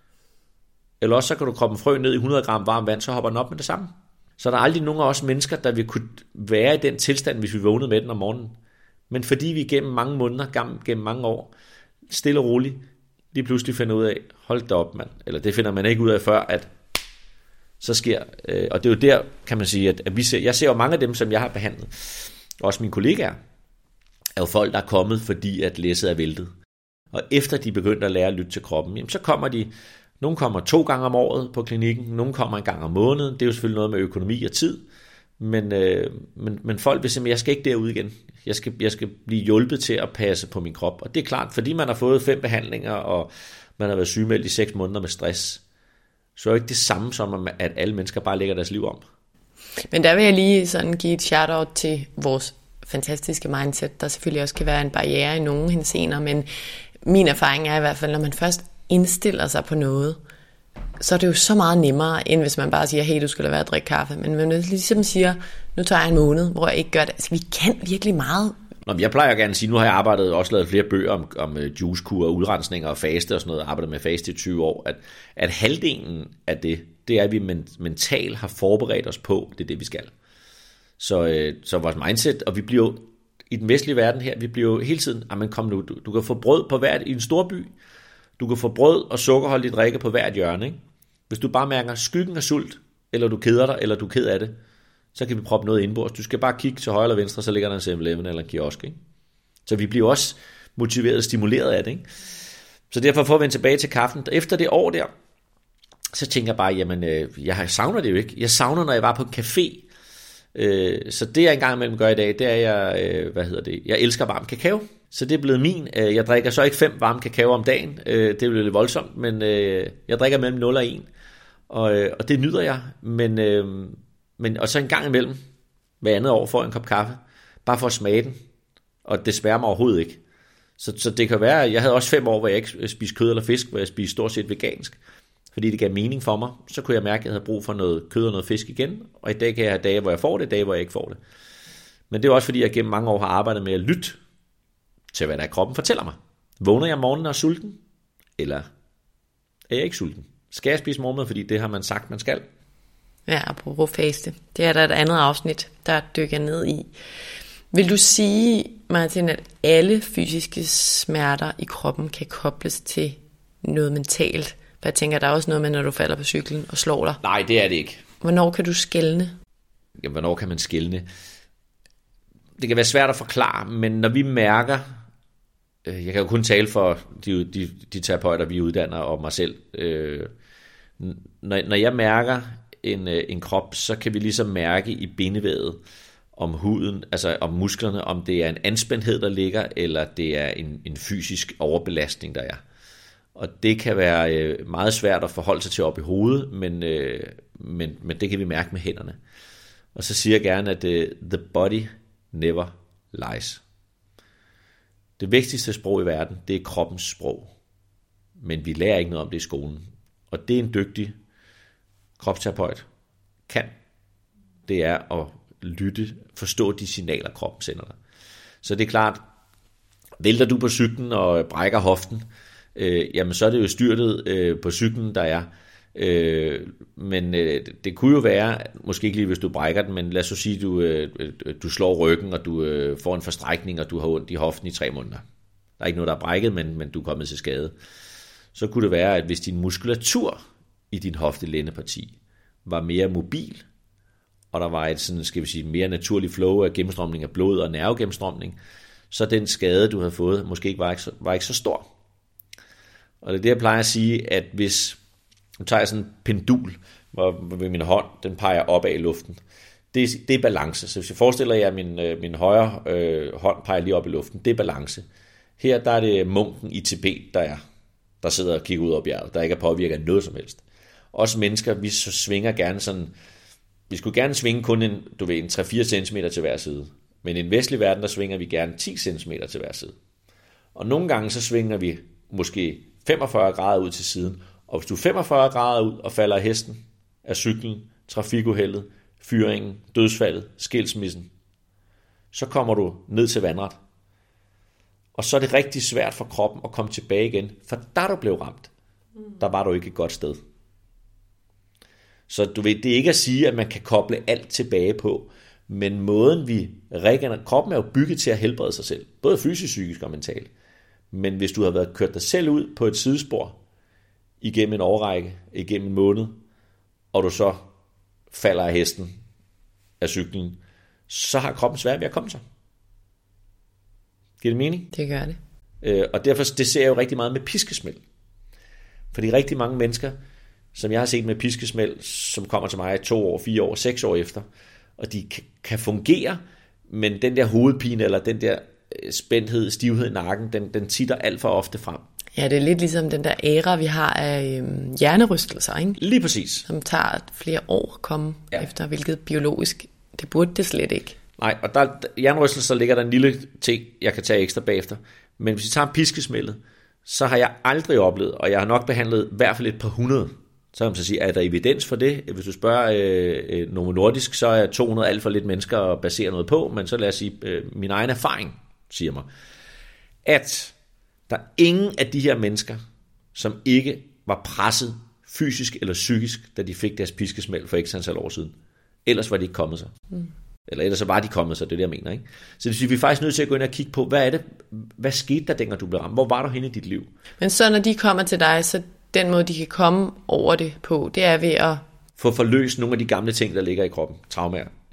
Eller også så kan du proppe en frø ned i hundrede gram varmt vand, så hopper den op med det samme. Så er der aldrig nogen af os mennesker, der vil kunne være i den tilstand, hvis vi vågnede med den om morgenen. Men fordi vi gennem mange måneder, gennem mange år, stille og roligt, lige pludselig finder ud af, hold da op mand, eller det finder man ikke ud af før, at så sker, øh, og det er jo der, kan man sige, at, at vi ser, jeg ser jo mange af dem, som jeg har behandlet, også mine kollegaer, er jo folk, der er kommet, fordi at læsset er væltet. Og efter de begyndte at lære at lytte til kroppen, jamen, så kommer de, nogle kommer to gange om året på klinikken, nogle kommer en gang om måneden, det er jo selvfølgelig noget med økonomi og tid, men, øh, men, men folk vil simpelthen, jeg skal ikke derud igen. Jeg skal, jeg skal blive hjulpet til at passe på min krop. Og det er klart, fordi man har fået fem behandlinger, og man har været sygemeldt i seks måneder med stress, så er det ikke det samme som, at alle mennesker bare lægger deres liv om. Men der vil jeg lige sådan give et shout-out til vores fantastiske mindset, der selvfølgelig også kan være en barriere i nogle henseender, men min erfaring er i hvert fald, når man først indstiller sig på noget, så er det jo så meget nemmere, end hvis man bare siger, hey, du skal lade være at drikke kaffe. Men man ligesom siger, nu tager jeg en måned, hvor jeg ikke gør det. Altså, vi kan virkelig meget. Nå, jeg plejer gerne at sige, nu har jeg arbejdet, også lavet flere bøger om, om juicekur, udrensninger og faste og sådan noget, arbejdet med faste i tyve år, at, at halvdelen af det, det er, at vi mentalt har forberedt os på, det er det, vi skal. Så, øh, så vores mindset, og vi bliver jo, i den vestlige verden her, vi bliver jo hele tiden, jamen kom nu, du, du kan få brød på hvert, i en stor by, du kan få brød og sukkerholdige drikke på hvert hjørne, ikke? Hvis du bare mærker skyggen af sult, eller du keder dig, eller du er ked af det, så kan vi proppe noget indbords. Du skal bare kigge til højre eller venstre, så ligger der en seven eleven eller en kiosk, ikke? Så vi bliver også motiveret og stimuleret af det, ikke? Så derfor får vi vende tilbage til kaffen. Efter det år der, så tænker jeg bare, jamen, øh, jeg savner det jo ikke. Jeg savner, når jeg var på en café. Øh, så det, jeg engang imellem gør i dag, det er, jeg, øh, hvad hedder det, jeg elsker varm kakao. Så det er blevet min. Øh, jeg drikker så ikke fem varme kakao om dagen. Øh, det er jo lidt voldsomt, men øh, jeg drikker mellem nul og en. Og, øh, og det nyder jeg. Men, øh, men, og så en gang imellem, hver andet år, får jeg en kop kaffe. Bare for at smage den. Og det smager mig overhovedet ikke. Så, så det kan være, jeg havde også fem år, hvor jeg ikke spiste kød eller fisk, hvor jeg spiste stort set vegansk. Fordi det gav mening for mig. Så kunne jeg mærke, at jeg havde brug for noget kød og noget fisk igen. Og i dag kan jeg have dage, hvor jeg får det, dage, hvor jeg ikke får det. Men det er også fordi, jeg gennem mange år har arbejdet med at lytte til, hvad der i kroppen fortæller mig. Vågner jeg om morgenen og er sulten? Eller er jeg ikke sulten? Skal jeg spise morgenmad, fordi det har man sagt, man skal? Ja, apropos faste. Det er der et andet afsnit, der dykker ned i. Vil du sige, Martin, at alle fysiske smerter i kroppen kan kobles til noget mentalt? For jeg tænker, der er også noget med, når du falder på cyklen og slår dig. Nej, det er det ikke. Hvornår kan du skelne? Jamen, hvornår kan man skelne? Det kan være svært at forklare, men når vi mærker, jeg kan jo kun tale for de, de, de terapeuter, vi uddanner, og mig selv. Når, når jeg mærker en, en krop, så kan vi ligesom mærke i bindevævet, om huden, altså om musklerne, om det er en anspændthed, der ligger, eller det er en, en fysisk overbelastning, der er. Og det kan være øh, meget svært at forholde sig til op i hovedet, men, øh, men, men det kan vi mærke med hænderne. Og så siger jeg gerne, at øh, the body never lies. Det vigtigste sprog i verden, det er kroppens sprog. Men vi lærer ikke noget om det i skolen. Og det er en dygtig kropsterapeut kan. Det er at lytte, forstå de signaler, kroppen sender dig. Så det er klart, vælter du på cyklen og brækker hoften, øh, jamen så er det jo styrtet øh, på cyklen, der er. Øh, men øh, det kunne jo være, måske ikke lige hvis du brækker den, men lad os så sige, du, øh, du slår ryggen, og du øh, får en forstrækning, og du har ondt i hoften i tre måneder. Der er ikke noget, der er brækket, men, men du er kommet til skade. Så kunne det være, at hvis din muskulatur i din hoftelændeparti var mere mobil, og der var et sådan, skal vi sige, mere naturligt flow af gennemstrømning af blod og nervegennemstrømning, så den skade, du havde fået, måske ikke var, ikke så, var ikke så stor. Og det er det, jeg plejer at sige, at hvis nu tager jeg sådan en pendul, hvor, hvor min hånd, den peger opad i luften. Det, det er balance. Så hvis jeg forestiller jer, at min, min højre øh, hånd peger lige op i luften, det er balance. Her der er det munken i Tibet, der er, der sidder og kigger ud over bjerget, der ikke er påvirket af noget som helst. Os mennesker, vi så svinger gerne sådan, vi skulle gerne svinge kun en, du ved, en tre til fire centimeter til hver side. Men i en vestlig verden, der svinger vi gerne ti centimeter til hver side. Og nogle gange så svinger vi måske femogfyrre grader ud til siden. Og hvis du er femogfyrre grader ud og falder af hesten, af cyklen, trafikuheldet, fyringen, dødsfaldet, skilsmissen, så kommer du ned til vandret. Og så er det rigtig svært for kroppen at komme tilbage igen, for da du blev ramt, der var du ikke et godt sted. Så du ved, det er ikke at sige, at man kan koble alt tilbage på, men måden vi regenererer, kroppen er jo bygget til at helbrede sig selv, både fysisk, psykisk og mentalt. Men hvis du har været kørt dig selv ud på et sidespor, igennem en årrække, igennem en måned, og du så falder af hesten, af cyklen, så har kroppen svært ved at komme sig. Giver det mening? Det gør det. Øh, og derfor det ser jeg jo rigtig meget med piskesmæld. Fordi rigtig mange mennesker, som jeg har set med piskesmæld, som kommer til mig to år, fire år, seks år efter, og de kan fungere, men den der hovedpine, eller den der spændthed, stivhed i nakken, den, den titter alt for ofte frem. Ja, det er lidt ligesom den der æra, vi har af øhm, hjernerystelser, ikke? Lige præcis. Som tager flere år at komme ja. efter, hvilket biologisk, det burde det slet ikke. Nej, og der hjernerystelser ligger der en lille ting, jeg kan tage ekstra bagefter. Men hvis vi tager piskesmældet, så har jeg aldrig oplevet, og jeg har nok behandlet i hvert fald et par hundrede. Så kan man så sige, er der evidens for det? Hvis du spørger øh, Novo Nordisk, så er to hundrede alt for lidt mennesker at basere noget på, men så lad os sige, øh, min egen erfaring siger mig, at der er ingen af de her mennesker, som ikke var presset fysisk eller psykisk, da de fik deres piskesmæld for ikke antal år siden. Ellers var de ikke kommet sig. Mm. Eller ellers så var de kommet sig, det er det, jeg mener. Ikke? Så det vil sige, vi er faktisk nødt til at gå ind og kigge på, hvad er det, hvad skete der, dengang du blev ramt? Hvor var du henne i dit liv? Men så når de kommer til dig, så den måde, de kan komme over det på, det er ved at få forløst nogle af de gamle ting, der ligger i kroppen. Traumer.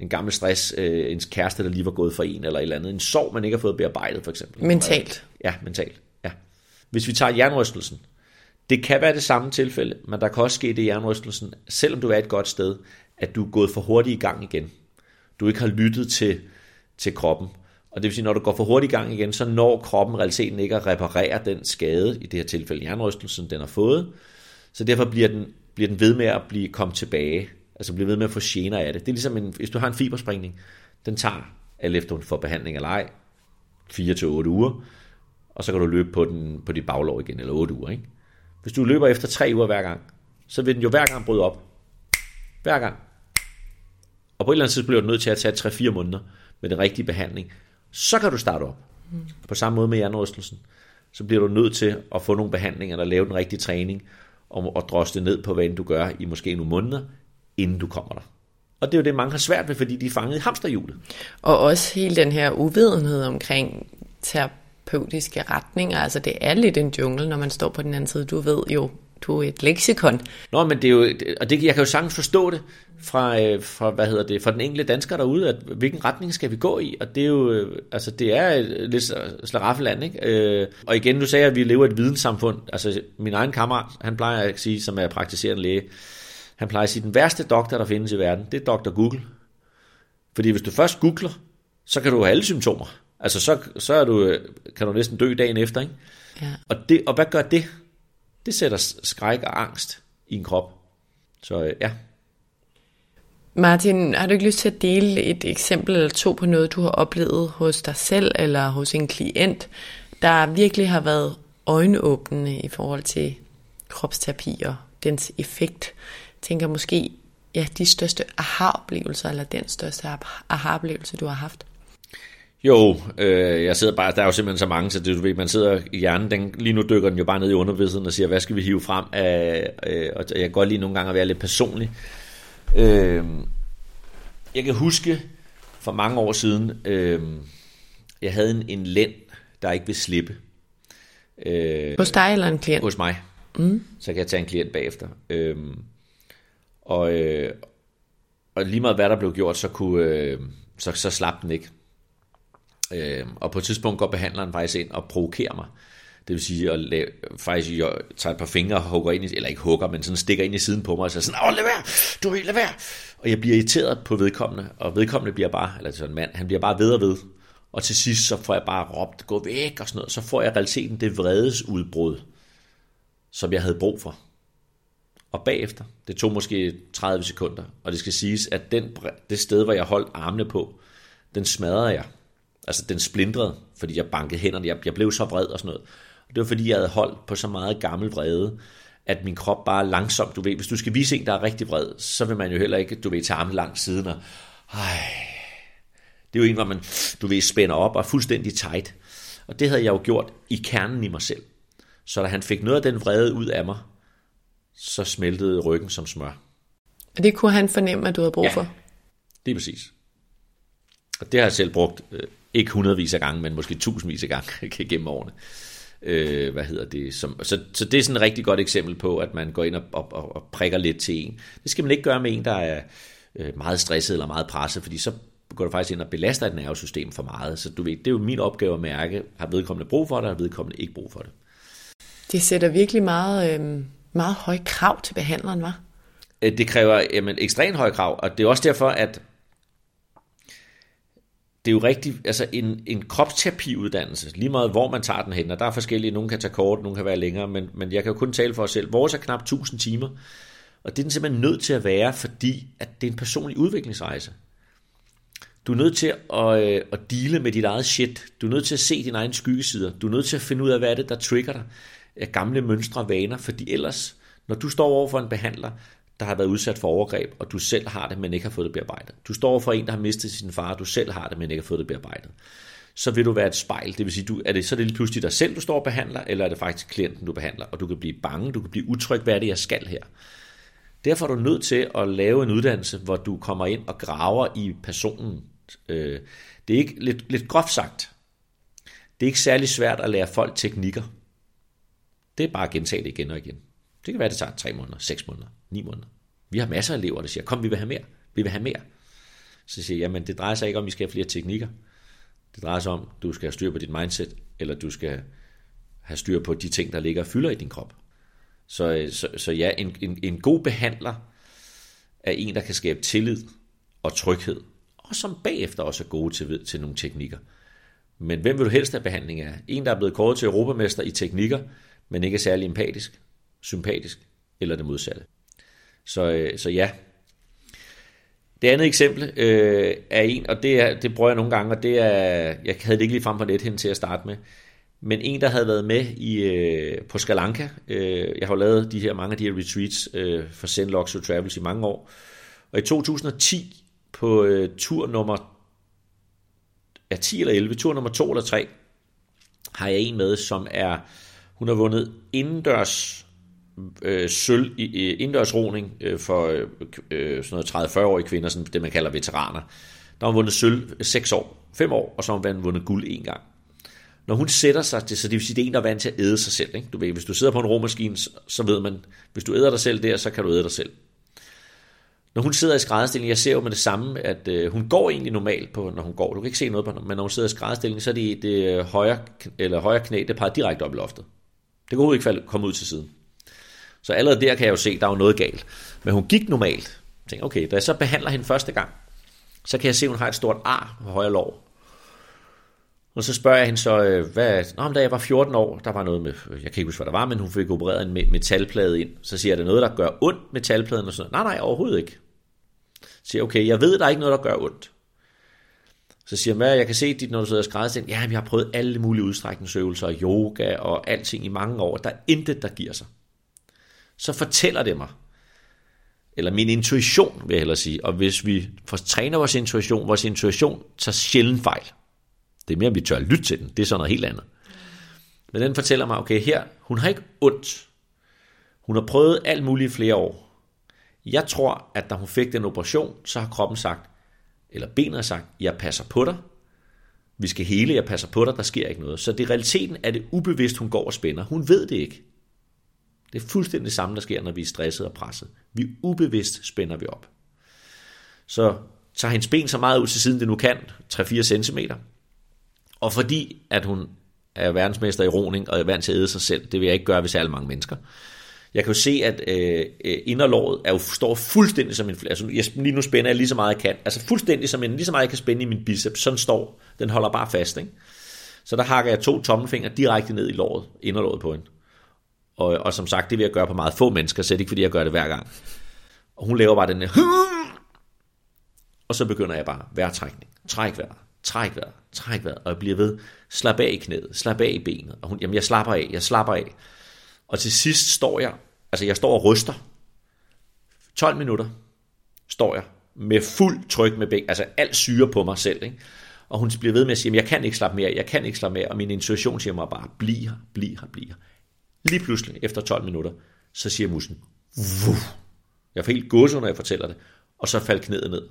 en gammel stress, øh, en kæreste, der lige var gået for en, eller et eller andet. En sorg, man ikke har fået bearbejdet, for eksempel. Mentalt. Ja, mentalt. Ja. Hvis vi tager hjernerystelsen, det kan være det samme tilfælde, men der kan også ske det i hjernerystelsen, selvom du er et godt sted, at du er gået for hurtigt i gang igen. Du ikke har lyttet til, til kroppen. Og det vil sige, når du går for hurtigt i gang igen, så når kroppen realiteten ikke at reparere den skade, i det her tilfælde hjernerystelsen, den har fået. Så derfor bliver den, bliver den ved med at blive komme tilbage. Altså bliver ved med at få gener af det. Det er ligesom, en, hvis du har en fibersprængning, den tager, alt efter du får behandling eller ej, fire til otte uger, og så kan du løbe på, den, på dit baglov igen, eller otte uger. Ikke? Hvis du løber efter tre uger hver gang, så vil den jo hver gang bryde op. Hver gang. Og på et eller andet tidspunkt bliver du nødt til at tage tre fire måneder med den rigtige behandling. Så kan du starte op. Mm. På samme måde med hjernerystelsen. Så bliver du nødt til at få nogle behandlinger, eller lave den rigtige træning, og, og drosle ned på, hvad du gør i måske nogle måneder, inden du kommer der. Og det er jo det, mange har svært ved, fordi de er fanget i hamsterhjulet. Og også hele den her uvidenhed omkring terapeutiske retninger. Altså det er lidt en jungle, når man står på den anden side. Du ved jo, du er et leksikon. Nå, men det er jo, og det, jeg kan jo sagtens forstå det fra, fra, hvad hedder det, fra den enkelte dansker derude, at hvilken retning skal vi gå i, og det er jo, altså det er lidt slaraffenland, ikke? Og igen, nu sagde jeg, at vi lever i et videnssamfund. Altså min egen kammerat, han plejer at sige, som er praktiserende læge, han plejer at sige, at den værste doktor, der findes i verden, det er doktor Google. Fordi hvis du først googler, så kan du have alle symptomer. Altså så, så er du, kan du næsten dø dagen efter, ikke? Ja. Og, det, og hvad gør det? Det sætter skræk og angst i en krop. Så ja. Martin, har du ikke lyst til at dele et eksempel eller to på noget, du har oplevet hos dig selv eller hos en klient, der virkelig har været øjenåbnende i forhold til kropsterapi og dens effekt? Jeg tænker måske, ja, de største aha-oplevelser, eller den største aha-oplevelse, du har haft? Jo, øh, jeg sidder bare, der er jo simpelthen så mange, så det, du ved, man sidder i hjernen, den, lige nu dykker den jo bare ned i underbevidstheden og siger, hvad skal vi hive frem af, øh, og jeg kan godt lige nogle gange at være lidt personlig. Øh, jeg kan huske, for mange år siden, øh, jeg havde en, en lænd, der ikke vil slippe. Øh, hos dig eller en klient? Hos mig. Mm. Så kan jeg tage en klient bagefter. Øh, og, øh, og lige meget hvad der blev gjort, så, kunne, øh, så, så slap den ikke. Øh, og på et tidspunkt går behandleren faktisk ind og provokerer mig. Det vil sige, at lave, faktisk jeg tager et par fingre og hugger ind i, eller ikke hugger, men sådan stikker ind i siden på mig og så sådan, åh, lad være, du vil lad være. Og jeg bliver irriteret på vedkommende, og vedkommende bliver bare, eller sådan en mand, han bliver bare ved og ved. Og til sidst, så får jeg bare råbt, gå væk og sådan noget. Så får jeg i realiteten det vredesudbrud, som jeg havde brug for. Og bagefter, det tog måske tredive sekunder, og det skal siges, at den, det sted, hvor jeg holdt armene på, den smadrede jeg. Altså den splindrede, fordi jeg bankede hænderne, jeg, jeg blev så vred og sådan noget. Og det var fordi, jeg havde holdt på så meget gammel vrede, at min krop bare langsomt, du ved, hvis du skal vise en, der er rigtig vred, så vil man jo heller ikke, du ved, tage armen langs siden og, ej, det er jo en, hvor man, du ved, spænder op og er fuldstændig tight. Og det havde jeg jo gjort i kernen i mig selv. Så da han fik noget af den vrede ud af mig, så smeltede ryggen som smør. Og det kunne han fornemme, at du havde brug for? Ja, det er præcis. Og det har jeg selv brugt, øh, ikke hundredvis af gange, men måske tusindvis af gange gennem årene. Øh, hvad hedder det? Som, så, så det er sådan et rigtig godt eksempel på, at man går ind og, og, og prikker lidt til en. Det skal man ikke gøre med en, der er øh, meget stresset eller meget presset, fordi så går du faktisk ind og belaster et nervesystem for meget. Så du ved, det er jo min opgave at mærke, har vedkommende brug for det, har vedkommende ikke brug for det. Det sætter virkelig meget, øh, meget høje krav til behandleren, hva'? Det kræver jamen, ekstremt høje krav, og det er også derfor, at det er jo rigtigt, altså en, en kropsterapiuddannelse, lige meget hvor man tager den hen, og der er forskellige, nogle kan tage kort, nogle kan være længere, men, men jeg kan jo kun tale for os selv. Vores er knap tusind timer, og det er den simpelthen nødt til at være, fordi at det er en personlig udviklingsrejse. Du er nødt til at, øh, at deale med dit eget shit, du er nødt til at se dine egne skyggesider, du er nødt til at finde ud af, hvad er det, der trigger dig af gamle mønstre og vaner, fordi ellers, når du står over for en behandler, der har været udsat for overgreb, og du selv har det, men ikke har fået det bearbejdet. Du står for en, der har mistet sin far, og du selv har det, men ikke har fået det bearbejdet. Så vil du være et spejl. Det vil sige, du, er det så er det lige pludselig dig selv, du står og behandler, eller er det faktisk klienten, du behandler? Og du kan blive bange, du kan blive utryg, hvad er det, jeg skal her? Derfor er du nødt til at lave en uddannelse, hvor du kommer ind og graver i personen. Det er ikke lidt, lidt groft sagt. Det er ikke særlig svært at lære folk teknikker. Det er bare at gentage det igen og igen. Det kan være, det tager tre måneder, seks måneder, ni måneder. Vi har masser af elever, der siger, kom, vi vil have mere. Vi vil have mere. Så siger jeg, jamen det drejer sig ikke om, at vi skal have flere teknikker. Det drejer sig om, at du skal have styr på dit mindset, eller du skal have styr på de ting, der ligger og fylder i din krop. Så, så, så ja, en, en, en god behandler er en, der kan skabe tillid og tryghed, og som bagefter også er gode til, til nogle teknikker. Men hvem vil du helst have behandling af? En, der er blevet kåret til europamester i teknikker, men ikke er særlig empatisk, sympatisk, eller det modsatte. Så, så ja. Det andet eksempel øh, er en, og det, er, det bruger jeg nogle gange, og det er, jeg havde det ikke lige frem på net til at starte med, men en, der havde været med i, øh, på Sri Lanka. Øh, jeg har lavet de her, mange af de her retreats øh, for Zen Luxury Travels i mange år. Og i to tusind og ti på øh, tur nummer ja, ti eller elleve, tur nummer to eller tre, har jeg en med, som er, hun har vundet indendørs øh, sølv i øh, indendørs roning øh, for øh, sådan noget tredive til fyrre-årige kvinder, sådan det man kalder veteraner. Der har hun vundet sølv seks år, fem år, og så har hun vundet guld en gang. Når hun sætter sig, det, så det vil sige, det er en, der er vant til at æde sig selv. Ikke? Du ved, hvis du sidder på en romaskine, så ved man, hvis du æder dig selv der, så kan du æde dig selv. Når hun sidder i skrædderstilling, jeg ser jo med det samme, at øh, hun går egentlig normalt, på, når hun går. Du kan ikke se noget på hende, men når hun sidder i skrædderstilling, så er det, det højre, eller højre knæ, det peger direkte op i loftet. Det kan overhovedet ikke komme ud til siden. Så allerede der kan jeg jo se, at der er jo noget galt. Men hun gik normalt. Jeg tænkte, okay, da jeg så behandler hende første gang, så kan jeg se, at hun har et stort ar på højre lår. Og så spørger jeg hende så, hvad, Nå, da jeg var fjorten år, der var noget med, jeg kan ikke huske, hvad der var, men hun fik opereret en metalplade ind. Så siger jeg, er det noget, der gør ondt, metalpladen? Og så, nej, nej, overhovedet ikke. Så siger jeg, okay, jeg ved, der er ikke noget, der gør ondt. Så siger jeg, hvad, jeg kan se dit, når du sidder og skrædder, ja, jeg har prøvet alle mulige udstrækningsøvelser, yoga og alting i mange år. Der er intet, der giver sig. Så fortæller det mig, eller min intuition, vil jeg hellere sige, og hvis vi træner vores intuition, vores intuition tager sjældent fejl. Det er mere, om vi tør at lytte til den. Det er sådan noget helt andet. Men den fortæller mig, okay, her, hun har ikke ondt. Hun har prøvet alt muligt i flere år. Jeg tror, at da hun fik den operation, så har kroppen sagt, eller benet har sagt, jeg passer på dig. Vi skal hele, jeg passer på dig, der sker ikke noget. Så det i realiteten er det ubevidst, hun går og spænder. Hun ved det ikke. Det er fuldstændig det samme, der sker, når vi er stresset og presset. Vi ubevidst spænder vi op. Så tager hendes ben så meget ud til siden, det nu kan, tre til fire centimeter. Og fordi, at hun er verdensmester i roning og er vant til at æde sig selv, det vil jeg ikke gøre ved særlig mange mennesker. Jeg kan jo se, at øh, inderlåret er jo, står fuldstændig som en flæ. Altså, jeg, lige nu spænder jeg lige så meget jeg kan. Altså fuldstændig som en, lige så meget jeg kan spænde i min biceps. Sådan står, den holder bare fast. Ikke? Så der hakker jeg to tommelfingre direkte ned i låret, inderlåret på hende. Og, og som sagt, det vil jeg gøre på meget få mennesker, så det er ikke fordi, jeg gør det hver gang. Og hun laver bare den der. Og så begynder jeg bare vejrtrækning. Træk vejret. Træk vejret, træk vejret, og jeg bliver ved, slap af i knæet, slap af i benet, og hun, jamen jeg slapper af, jeg slapper af, og til sidst står jeg, altså jeg står og ryster, tolv minutter står jeg, med fuld tryk med ben, altså alt syre på mig selv, ikke? Og hun bliver ved med at sige, jamen jeg kan ikke slappe mere, jeg kan ikke slappe mere, og min intuition siger mig bare, bliv her, bliv her, bliv her. Lige pludselig, efter tolv minutter, så siger musen, vuh. Jeg får helt gåsehud, når jeg fortæller det, og så faldt knæet ned.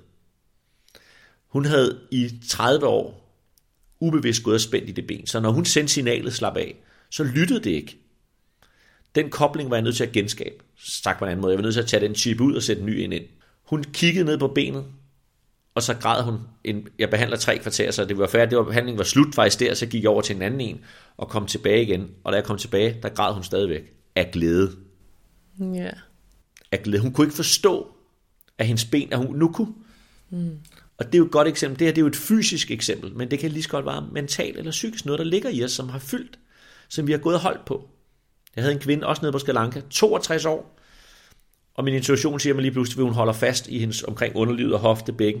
Hun havde i tredive år ubevidst gået og spændt i det ben, så når hun sendte signalet slap af, så lyttede det ikke. Den kobling var jeg nødt til at genskabe. Sagt på en anden måde, jeg var nødt til at tage den chip ud og sætte en ny ind ind. Hun kiggede ned på benet, og så græd hun. En, jeg behandler tre kvarter, så det var færdigt. Det var, behandlingen var slut faktisk der, så gik jeg over til en anden en og kom tilbage igen. Og da jeg kom tilbage, der græd hun stadigvæk af glæde. Ja. Yeah. Af glæde. Hun kunne ikke forstå, at hendes ben, at hun nu kunne. Mm. Og det er jo et godt eksempel. Det her det er jo et fysisk eksempel, men det kan lige så godt være mentalt eller psykisk noget, der ligger i os, som har fyldt, som vi har gået og holdt på. Jeg havde en kvinde, også nede på Sri Lanka, toogtres år, og min intuition siger mig lige pludselig, at hun holder fast i hendes omkring underlivet og hoftebækken,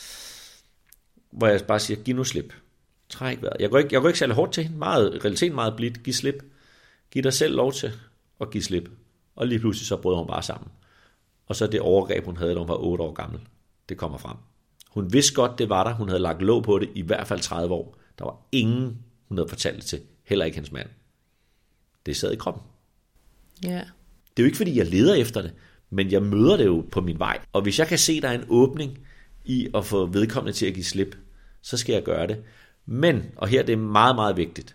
hvor jeg bare siger, giv nu slip. Træk vejret. Jeg går ikke, jeg går ikke særlig hårdt til hende, meget, i realiteten meget blidt, giv slip. Giv dig selv lov til at give slip. Og lige pludselig så brød hun bare sammen. Og så det overgreb, hun havde, da hun var otte år gammel, det kommer frem. Hun vidste godt, det var der. Hun havde lagt låg på det i hvert fald tredive år. Der var ingen, hun havde fortalt det til. Heller ikke hendes mand. Det sad i kroppen. Ja. Det er jo ikke, fordi jeg leder efter det, men jeg møder det jo på min vej. Og hvis jeg kan se, at der er en åbning i at få vedkommende til at give slip, så skal jeg gøre det. Men, og her det er meget, meget vigtigt.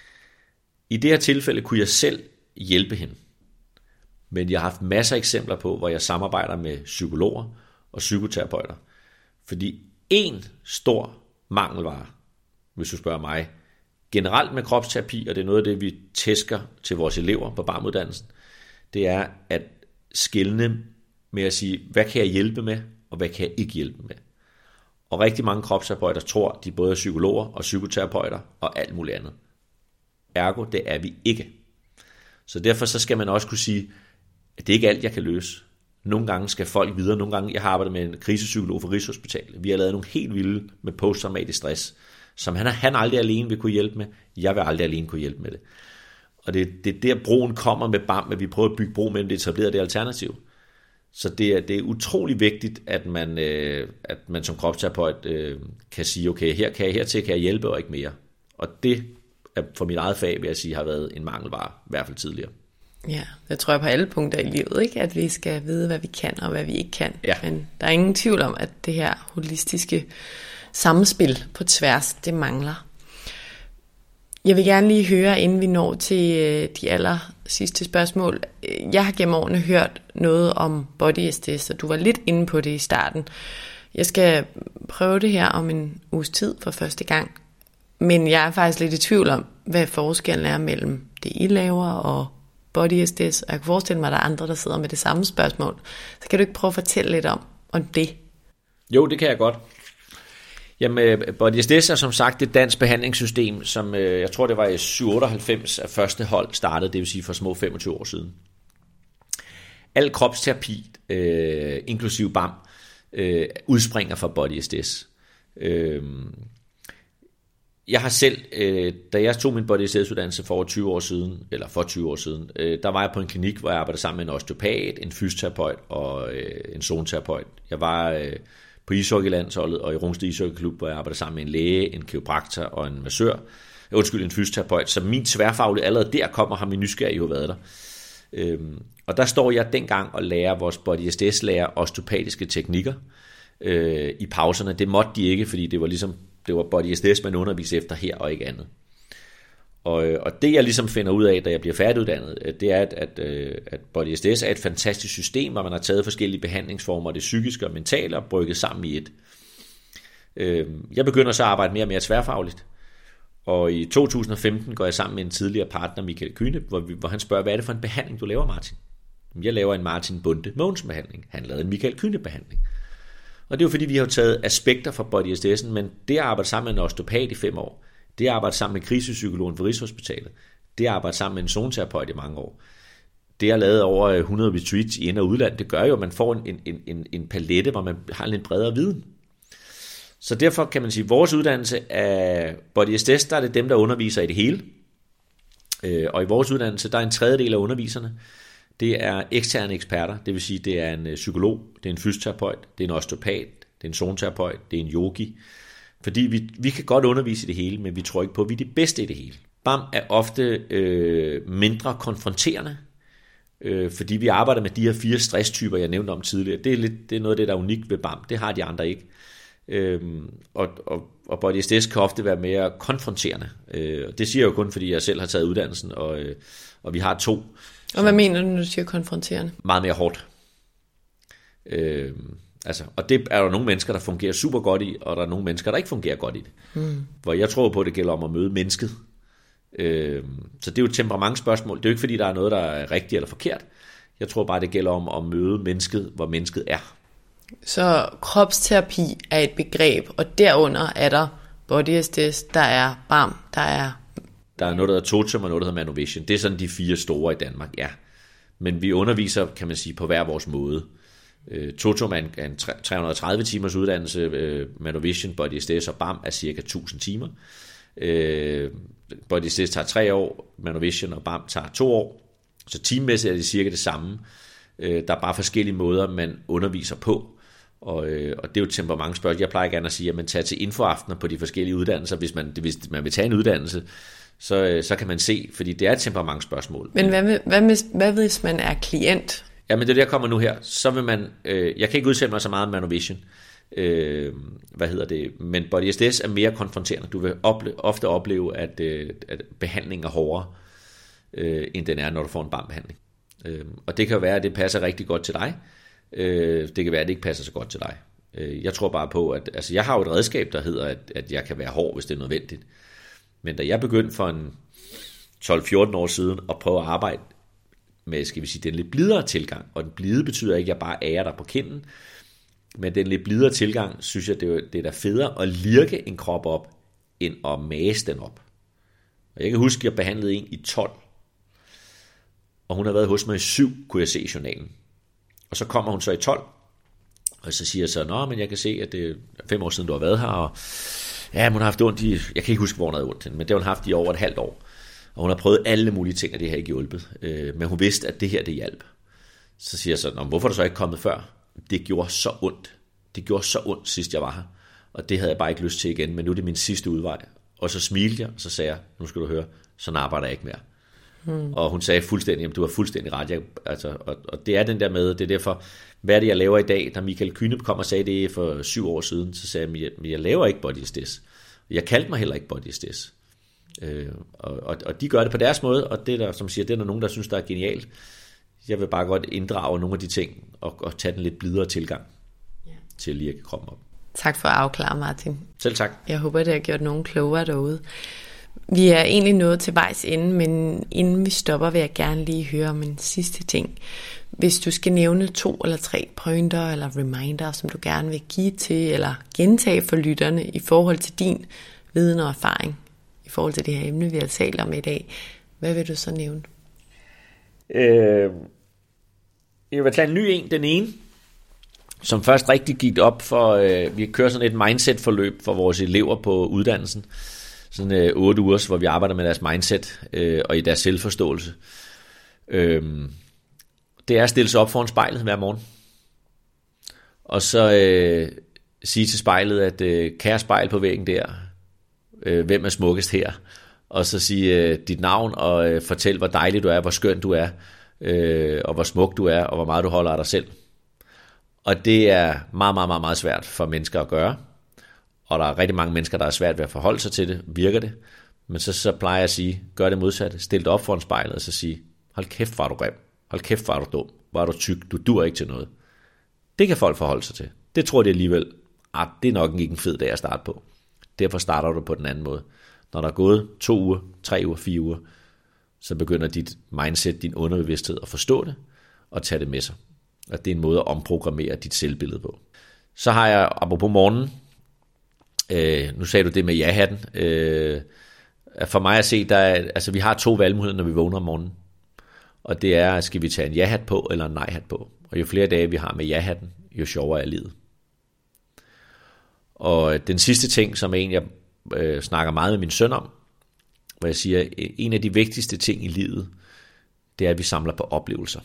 I det her tilfælde kunne jeg selv hjælpe hende. Men jeg har haft masser af eksempler på, hvor jeg samarbejder med psykologer og psykoterapeuter. Fordi en stor mangelvare, hvis du spørger mig, generelt med kropsterapi, og det er noget af det, vi tæsker til vores elever på BAM-uddannelsen, det er at skelne med at sige, hvad kan jeg hjælpe med, og hvad kan jeg ikke hjælpe med. Og rigtig mange kropsterapeuter tror, de både er psykologer og psykoterapeuter og alt muligt andet. Ergo, det er vi ikke. Så derfor så skal man også kunne sige, at det ikke er alt, jeg kan løse. Nogle gange skal folk videre, nogle gange, jeg har arbejdet med en krisepsykolog for Rigshospitalet. Vi har lavet nogle helt vilde med posttraumatisk stress, som han, han aldrig alene vil kunne hjælpe med. Jeg vil aldrig alene kunne hjælpe med det. Og det, det er der broen kommer med BAM, at vi prøver at bygge bro mellem det etablerede og det alternativ. Så det er, det er utrolig vigtigt, at man, øh, at man som kropsterapeut øh, kan sige, okay, her kan jeg, hertil kan jeg hjælpe og ikke mere. Og det er for mit eget fag, vil jeg sige, har været en mangelvare, i hvert fald tidligere. Ja, det tror jeg på alle punkter i livet, ikke? At vi skal vide, hvad vi kan og hvad vi ikke kan. Ja. Men der er ingen tvivl om, at det her holistiske samspil på tværs, det mangler. Jeg vil gerne lige høre, inden vi når til de aller sidste spørgsmål. Jeg har gennem årene hørt noget om Body S D S, og du var lidt inde på det i starten. Jeg skal prøve det her om en uges tid for første gang. Men jeg er faktisk lidt i tvivl om, hvad forskellen er mellem det, I laver og Body S D S. Og jeg kan forestille mig, at der er andre, der sidder med det samme spørgsmål. Så kan du ikke prøve at fortælle lidt om, om det? Jo, det kan jeg godt. Jamen, Body S D S er som sagt et dansk behandlingssystem, som jeg tror, det var i syv otteoghalvfems, at første hold startede, det vil sige for små femogtyve år siden. Al kropsterapi, øh, inklusiv BAM, øh, udspringer fra Body S D S. Øh, jeg har selv, øh, da jeg tog min Body S D S-uddannelse for over tyve år siden, eller for tyve år siden, øh, der var jeg på en klinik, hvor jeg arbejdede sammen med en osteopat, en fysioterapeut og øh, en zoneterapeut. Jeg var øh, på ishockeylandsholdet og i Rungsted Ishockeyklub, hvor jeg arbejdede sammen med en læge, en kiropraktor og en massør. Undskyld, en fysioterapeut. Så min tværfaglige allerede der kommer, har min nysgerrighed jo været der. Øhm, og der står jeg dengang og lærer vores Body S D S-lærer osteopatiske teknikker øh, i pauserne. Det måtte de ikke, fordi det var ligesom det var Body S D S, man underviser efter her og ikke andet. Og, og det jeg ligesom finder ud af, da jeg bliver færdiguddannet, det er, at, at, at Body S D S er et fantastisk system, hvor man har taget forskellige behandlingsformer, det psykiske og mentale, og brygget sammen i et. Jeg begynder så at arbejde mere og mere tværfagligt, og i to tusind og femten går jeg sammen med en tidligere partner, Michael Kyhne, hvor, vi, hvor han spørger, hvad er det for en behandling, du laver, Martin? Jeg laver en Martin Bonde Mogensen behandling. Han lavede en Michael Kyhne behandling. Og det er jo fordi, vi har taget aspekter fra Body S D S'en, men det at arbejde sammen med en osteopat i fem år, det at arbejde sammen med krisepsykologen for Rigshospitalet, det at arbejde sammen med en zoneterapeut i mange år, det at lave over hundrede retreats i ind- og udland, det gør jo, at man får en, en, en, en palette, hvor man har en lidt bredere viden. Så derfor kan man sige, at vores uddannelse af Body S D S, der er det dem, der underviser i det hele. Og i vores uddannelse, der er en tredjedel af underviserne, det er eksterne eksperter, det vil sige, det er en psykolog, det er en fysioterapeut, det er en osteopat, det er en zoneterapeut, det er en yogi. Fordi vi, vi kan godt undervise i det hele, men vi tror ikke på, at vi er de bedste i det hele. BAM er ofte øh, mindre konfronterende, øh, fordi vi arbejder med de her fire stresstyper, jeg nævnte om tidligere. Det er, lidt, det er noget af det, der er unikt ved BAM. Det har de andre ikke. Øh, og, og, og Body S D S kan ofte være mere konfronterende. Øh, det siger jeg jo kun, fordi jeg selv har taget uddannelsen, og, øh, og vi har to. Og hvad mener du, når du siger konfronterende? Meget mere hårdt. Øh, Altså, og det er der nogle mennesker, der fungerer super godt i, og der er nogle mennesker, der ikke fungerer godt i det. Mm. Hvor jeg tror på, at det gælder om at møde mennesket. Øh, så det er jo et temperamentsspørgsmål. Det er jo ikke, fordi der er noget, der er rigtigt eller forkert. Jeg tror bare, det gælder om at møde mennesket, hvor mennesket er. Så kropsterapi er et begreb, og derunder er der Body S D S, der er BAM, der er... Der er noget, der hedder Totem, og noget, der hedder Manovation. Det er sådan de fire store i Danmark, ja. Men vi underviser, kan man sige, på hver vores måde. Totem er en, en tre hundrede og tredive timers uddannelse, uh, Manovation, Body S D S og BAM er cirka tusind timer. Uh, Body S D S tager tre år, Manovation og BAM tager to år, så teammæssigt er det cirka det samme. Uh, der er bare forskellige måder, man underviser på, og, uh, og det er jo et temperamentsspørgsmål. Jeg plejer gerne at sige, at man tager til infoaftener på de forskellige uddannelser, hvis man, hvis man vil tage en uddannelse, så, uh, så kan man se, fordi det er et temperamentsspørgsmål. Men hvad, hvad, hvad, hvad hvis man er klient? Ja, men det der kommer nu her, så vil man, øh, jeg kan ikke udsætte mig så meget om Manovation, øh, hvad hedder det, men Body S D S er mere konfronterende. Du vil opleve, ofte opleve, at, øh, at behandlingen er hårdere, øh, end den er, når du får en BAM-behandling. Øh, og det kan jo være, at det passer rigtig godt til dig, øh, det kan være, at det ikke passer så godt til dig. Jeg tror bare på, at altså, jeg har jo et redskab, der hedder, at, at jeg kan være hård, hvis det er nødvendigt. Men da jeg begyndte for en tolv fjorten år siden at prøve at arbejde med, skal vi sige, den lidt blidere tilgang, og den blide betyder ikke, at jeg bare ærer dig på kinden, men den lidt blidere tilgang, synes jeg, det er, det er da federe at lirke en krop op, end at mase den op. Og jeg kan huske, at jeg behandlede en i tolv, og hun har været hos mig i syv, kunne jeg se i journalen. Og så kommer hun så i tolv, og så siger jeg så, nå, men jeg kan se, at det er fem år siden, du har været her, og ja, hun har haft ondt i, jeg kan ikke huske, hvor hun havde ondt, men det har hun haft i over et halvt år. Og hun har prøvet alle mulige ting, og det har ikke hjulpet. Øh, men hun vidste, at det her, det hjalp. Så siger jeg så, nå, hvorfor er du så ikke kommet før? Det gjorde så ondt. Det gjorde så ondt, sidst jeg var her. Og det havde jeg bare ikke lyst til igen, men nu er det min sidste udvej. Og så smilte jeg, og så sagde jeg, nu skal du høre, sådan arbejder jeg ikke mere. Hmm. Og hun sagde fuldstændig, jamen du har fuldstændig ret. Jeg, altså, og, og det er den der med, det er derfor, hvad er det, jeg laver i dag? Da Michael Kyne kom og sagde det for syv år siden, så sagde jeg, men jeg laver ikke body estes. Jeg kaldte mig heller ikke body estes. Øh, og, og, og de gør det på deres måde, og det der, som siger, det er der nogen, der synes, der er genialt. Jeg vil bare godt inddrage nogle af de ting, og, og tage den lidt blidere tilgang yeah. til at lirke kroppen op. Tak for at afklare, Martin. Selv tak. Jeg håber, det har gjort nogen klogere derude. Vi er egentlig nået til vejs ende, men inden vi stopper, vil jeg gerne lige høre om en sidste ting. Hvis du skal nævne to eller tre pointer eller reminder, som du gerne vil give til eller gentage for lytterne i forhold til din viden og erfaring, i forhold til det her emne, vi har talt om i dag, hvad vil du så nævne? Øh, jeg vil tage en ny en, den ene, som først rigtig gik op for, øh, vi kører sådan et mindset-forløb for vores elever på uddannelsen, sådan øh, otte uger, hvor vi arbejder med deres mindset øh, og i deres selvforståelse. Øh, det er at stille sig op foran spejlet hver morgen, og så øh, sige til spejlet, at øh, kære spejl på væggen der, øh, hvem er smukkest her? Og så sige øh, dit navn og øh, fortæl, hvor dejlig du er, hvor skøn du er, øh, og hvor smuk du er, og hvor meget du holder af dig selv. Og det er meget, meget, meget, meget svært for mennesker at gøre. Og der er rigtig mange mennesker, der er svært ved at forholde sig til det. Virker det? Men så, så plejer jeg at sige, gør det modsatte. Stil dig op foran spejlet og så sige, hold kæft, hvor er du grim. Hold kæft, hvor er du dum. Hvor er du tyk. Du dur ikke til noget. Det kan folk forholde sig til. Det tror de alligevel, ah, det er nok ikke en fed dag at starte på. Derfor starter du på den anden måde. Når der er gået to uger, tre uger, fire uger, så begynder dit mindset, din underbevidsthed at forstå det og tage det med sig. Og det er en måde at omprogrammere dit selvbillede på. Så har jeg, apropos morgenen, øh, nu sagde du det med ja-hatten, øh, for mig at se, der er, altså vi har to valgmuligheder, når vi vågner om morgenen. Og det er, skal vi tage en ja-hat på eller en nej-hat på. Og jo flere dage vi har med ja-hatten, jo sjovere er livet. Og den sidste ting, som jeg egentlig øh, snakker meget med min søn om, hvor jeg siger, en af de vigtigste ting i livet, det er, at vi samler på oplevelser.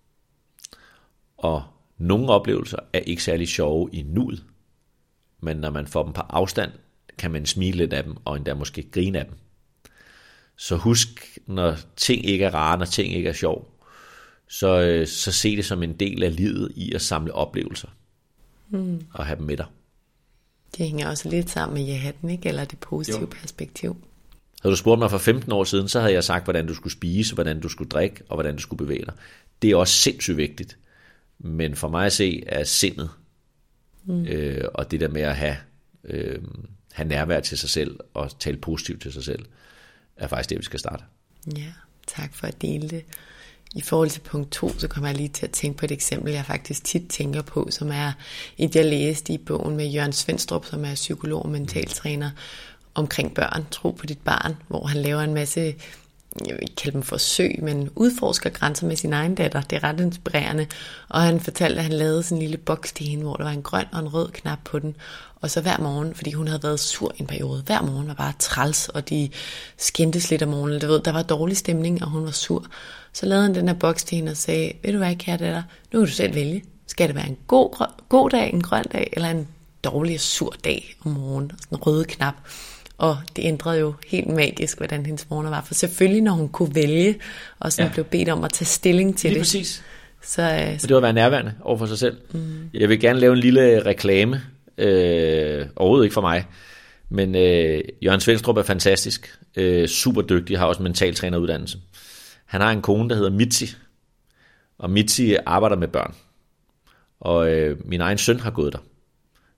Og nogle oplevelser er ikke særlig sjove i nuet, men når man får dem på afstand, kan man smile lidt af dem, og endda måske grine af dem. Så husk, når ting ikke er rare, når ting ikke er sjov, så, så se det som en del af livet i at samle oplevelser, mm. og have dem med dig. Det hænger også lidt sammen med ja-hatten, ikke? Eller det positive jo. Perspektiv. Havde du spurgt mig for femten år siden, så havde jeg sagt, hvordan du skulle spise, hvordan du skulle drikke, og hvordan du skulle bevæge dig. Det er også sindssygt vigtigt. Men for mig at se, er sindet, mm. øh, og det der med at have, øh, have nærvær til sig selv, og tale positivt til sig selv, er faktisk det, vi skal starte. Ja, tak for at dele det. I forhold til punkt to, så kommer jeg lige til at tænke på et eksempel, jeg faktisk tit tænker på, som er et, jeg læste i bogen med Jørgen Svendstrup, som er psykolog og mentaltræner, omkring børn, tro på dit barn, hvor han laver en masse, jeg vil ikke kalde dem forsøg, men udforsker grænser med sin egen datter. Det er ret inspirerende. Og han fortalte, at han lavede sådan en lille boks til hende, hvor der var en grøn og en rød knap på den. Og så hver morgen, fordi hun havde været sur en periode, hver morgen var bare træls, og de skændtes lidt om morgenen. Du ved, der var dårlig stemning, og hun var sur. Så lavede han den her boks til hende og sagde, ved du hvad, kære datter, nu kan du selv vælge. Skal det være en god, god dag, en grøn dag, eller en dårlig og sur dag om morgenen? Og sådan en røde knap. Og det ændrede jo helt magisk, hvordan hendes morgener var. For selvfølgelig, når hun kunne vælge, og sådan ja. blev bedt om at tage stilling til Lige det. Præcis. Så, øh, og det var at være nærværende over for sig selv. Mm. Jeg vil gerne lave en lille reklame. Øh, overhovedet ikke for mig. Men øh, Jørgen Svendstrup er fantastisk. Øh, super dygtig, har også mentaltræneruddannelse. Han har en kone, der hedder Mitzi. Og Mitzi arbejder med børn. Og øh, min egen søn har gået der.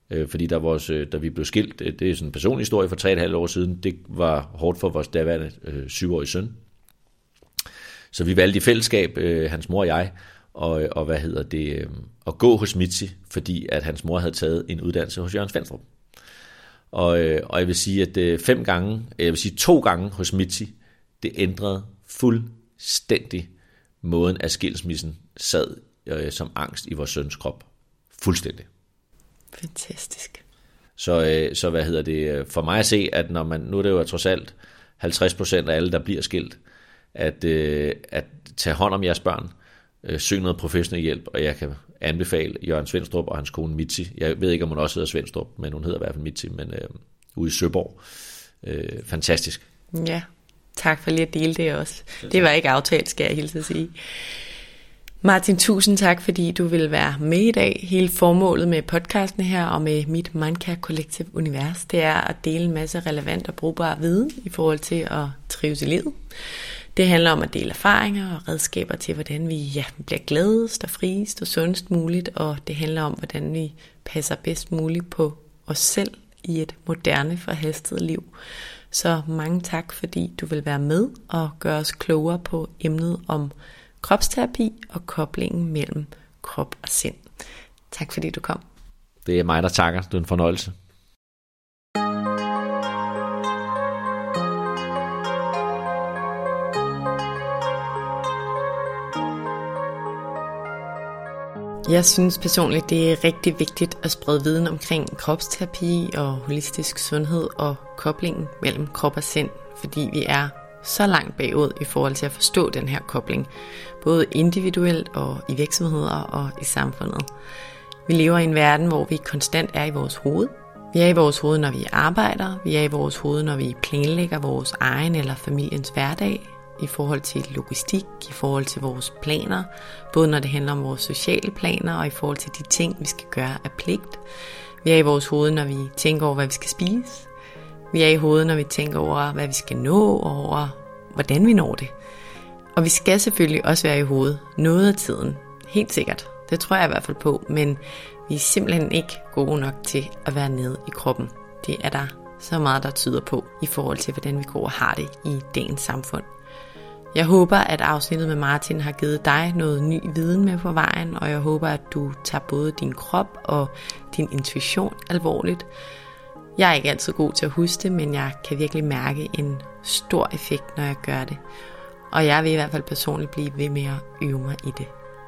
Øh, fordi da, vores, da vi blev skilt, det er sådan en personlig historie for tre og et halvt år siden, det var hårdt for vores daværende øh, syvårige søn. Så vi valgte i fællesskab, øh, hans mor og jeg, og, og hvad hedder det, øh, at gå hos Mitzi, fordi at hans mor havde taget en uddannelse hos Jørgen Svendstrup. Og, øh, og jeg vil sige, at øh, fem gange, jeg vil sige to gange hos Mitzi, det ændrede fuldstændig måden, at skilsmissen sad øh, som angst i vores søns krop. Fuldstændig. Fantastisk. Så, øh, så hvad hedder det, for mig at se, at når man, nu er det jo trods alt halvtreds procent af alle, der bliver skilt, at, øh, at tage hånd om jeres børn, øh, søg noget professionel hjælp, og jeg kan anbefale Jørgen Svendstrup og hans kone Mitzi. Jeg ved ikke, om hun også hedder Svendstrup, men hun hedder i hvert fald Mitzi, men øh, ude i Søborg. Øh, fantastisk. Ja, tak for lige at dele det også. Det var ikke aftalt, skal jeg hilse at sige. Martin, tusind tak, fordi du vil være med i dag. Hele formålet med podcasten her og med mit Mindcare Collective univers, det er at dele en masse relevant og brugbar viden i forhold til at trives i livet. Det handler om at dele erfaringer og redskaber til, hvordan vi ja, bliver gladest og friest og sundest muligt, og det handler om, hvordan vi passer bedst muligt på os selv i et moderne, forhastet liv. Så mange tak, fordi du vil være med og gøre os klogere på emnet om kropsterapi og koblingen mellem krop og sind. Tak fordi du kom. Det er mig, der takker. Det er en fornøjelse. Jeg synes personligt, det er rigtig vigtigt at sprede viden omkring kropsterapi og holistisk sundhed og koblingen mellem krop og sind, fordi vi er så langt bagud i forhold til at forstå den her kobling, både individuelt og i virksomheder og i samfundet. Vi lever i en verden, hvor vi konstant er i vores hoved. Vi er i vores hoved, når vi arbejder. Vi er i vores hoved, når vi planlægger vores egen eller familiens hverdag, i forhold til logistik, i forhold til vores planer, både når det handler om vores sociale planer og i forhold til de ting, vi skal gøre af pligt. Vi er i vores hoved, når vi tænker over, hvad vi skal spise. Vi er i hovedet, når vi tænker over, hvad vi skal nå, og over, hvordan vi når det. Og vi skal selvfølgelig også være i hovedet noget af tiden. Helt sikkert. Det tror jeg i hvert fald på. Men vi er simpelthen ikke gode nok til at være nede i kroppen. Det er der så meget, der tyder på i forhold til, hvordan vi går og har det i dagens samfund. Jeg håber, at afsnittet med Martin har givet dig noget ny viden med på vejen, og jeg håber, at du tager både din krop og din intuition alvorligt. Jeg er ikke altid god til at huske det, men jeg kan virkelig mærke en stor effekt, når jeg gør det. Og jeg vil i hvert fald personligt blive ved med at øve mig i det.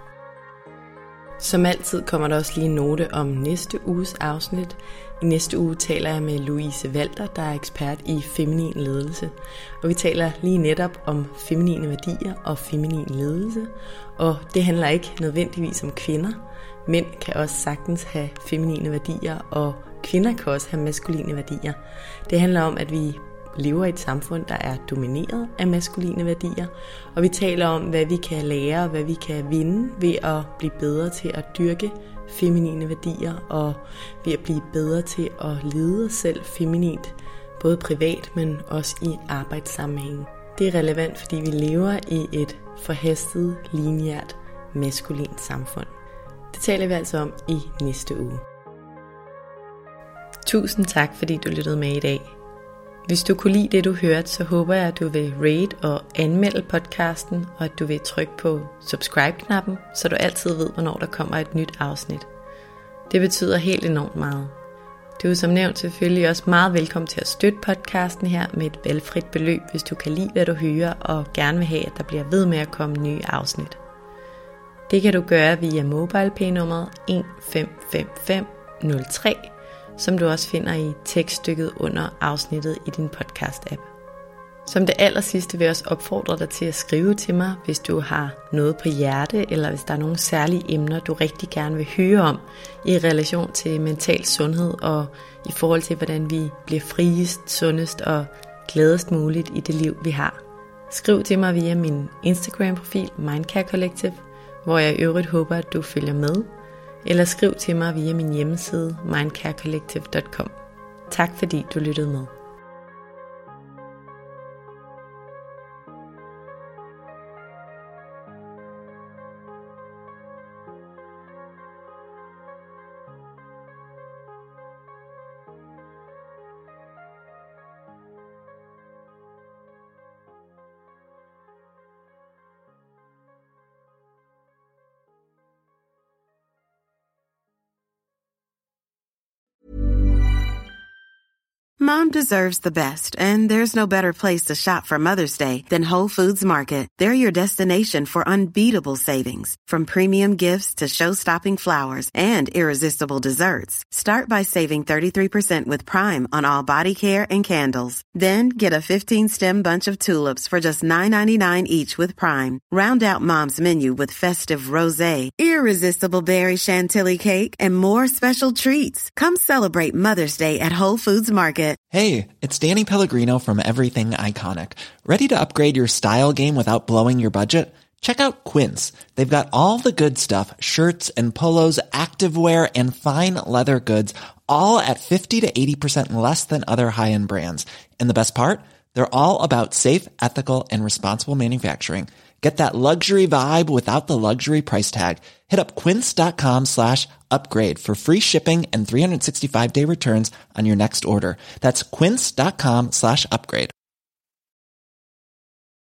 Som altid kommer der også lige en note om næste uges afsnit. I næste uge taler jeg med Louise Walter, der er ekspert i feminin ledelse. Og vi taler lige netop om feminine værdier og feminin ledelse. Og det handler ikke nødvendigvis om kvinder. Mænd kan også sagtens have feminine værdier, og kvinder kan også have maskuline værdier. Det handler om, at vi lever i et samfund, der er domineret af maskuline værdier, og vi taler om, hvad vi kan lære og hvad vi kan vinde ved at blive bedre til at dyrke feminine værdier, og ved at blive bedre til at lede os selv feminint, både privat, men også i arbejdssammenhæng. Det er relevant, fordi vi lever i et forhastet, lineært, maskulint samfund. Det taler vi altså om i næste uge. Tusind tak, fordi du lyttede med i dag. Hvis du kunne lide det, du hørte, så håber jeg, at du vil rate og anmelde podcasten, og at du vil trykke på subscribe-knappen, så du altid ved, hvornår der kommer et nyt afsnit. Det betyder helt enormt meget. Du er som nævnt selvfølgelig også meget velkommen til at støtte podcasten her med et valgfrit beløb, hvis du kan lide, hvad du hører, og gerne vil have, at der bliver ved med at komme nye afsnit. Det kan du gøre via MobilePay-nummeret et fem fem fem nul tre, som du også finder i tekststykket under afsnittet i din podcast-app. Som det aller sidste vil jeg også opfordre dig til at skrive til mig, hvis du har noget på hjerte, eller hvis der er nogle særlige emner, du rigtig gerne vil høre om i relation til mental sundhed og i forhold til, hvordan vi bliver friest, sundest og gladest muligt i det liv, vi har. Skriv til mig via min Instagram-profil Mindcare Collective, hvor jeg i øvrigt håber, at du følger med, eller skriv til mig via min hjemmeside mindcare collective punktum com. Tak fordi du lyttede med. Mom deserves the best, and there's no better place to shop for Mother's Day than Whole Foods Market. They're your destination for unbeatable savings, from premium gifts to show-stopping flowers and irresistible desserts. Start by saving thirty-three percent with Prime on all body care and candles. Then get a fifteen-stem bunch of tulips for just nine ninety-nine each with Prime. Round out Mom's menu with festive rosé, irresistible berry chantilly cake, and more special treats. Come celebrate Mother's Day at Whole Foods Market. Hey, it's Danny Pellegrino from Everything Iconic. Ready to upgrade your style game without blowing your budget? Check out Quince. They've got all the good stuff, shirts and polos, activewear, and fine leather goods, all at fifty to eighty percent less than other high-end brands. And the best part? They're all about safe, ethical, and responsible manufacturing. Get that luxury vibe without the luxury price tag. Hit up quince.com slash upgrade for free shipping and three sixty-five day returns on your next order. That's quince.com slash upgrade.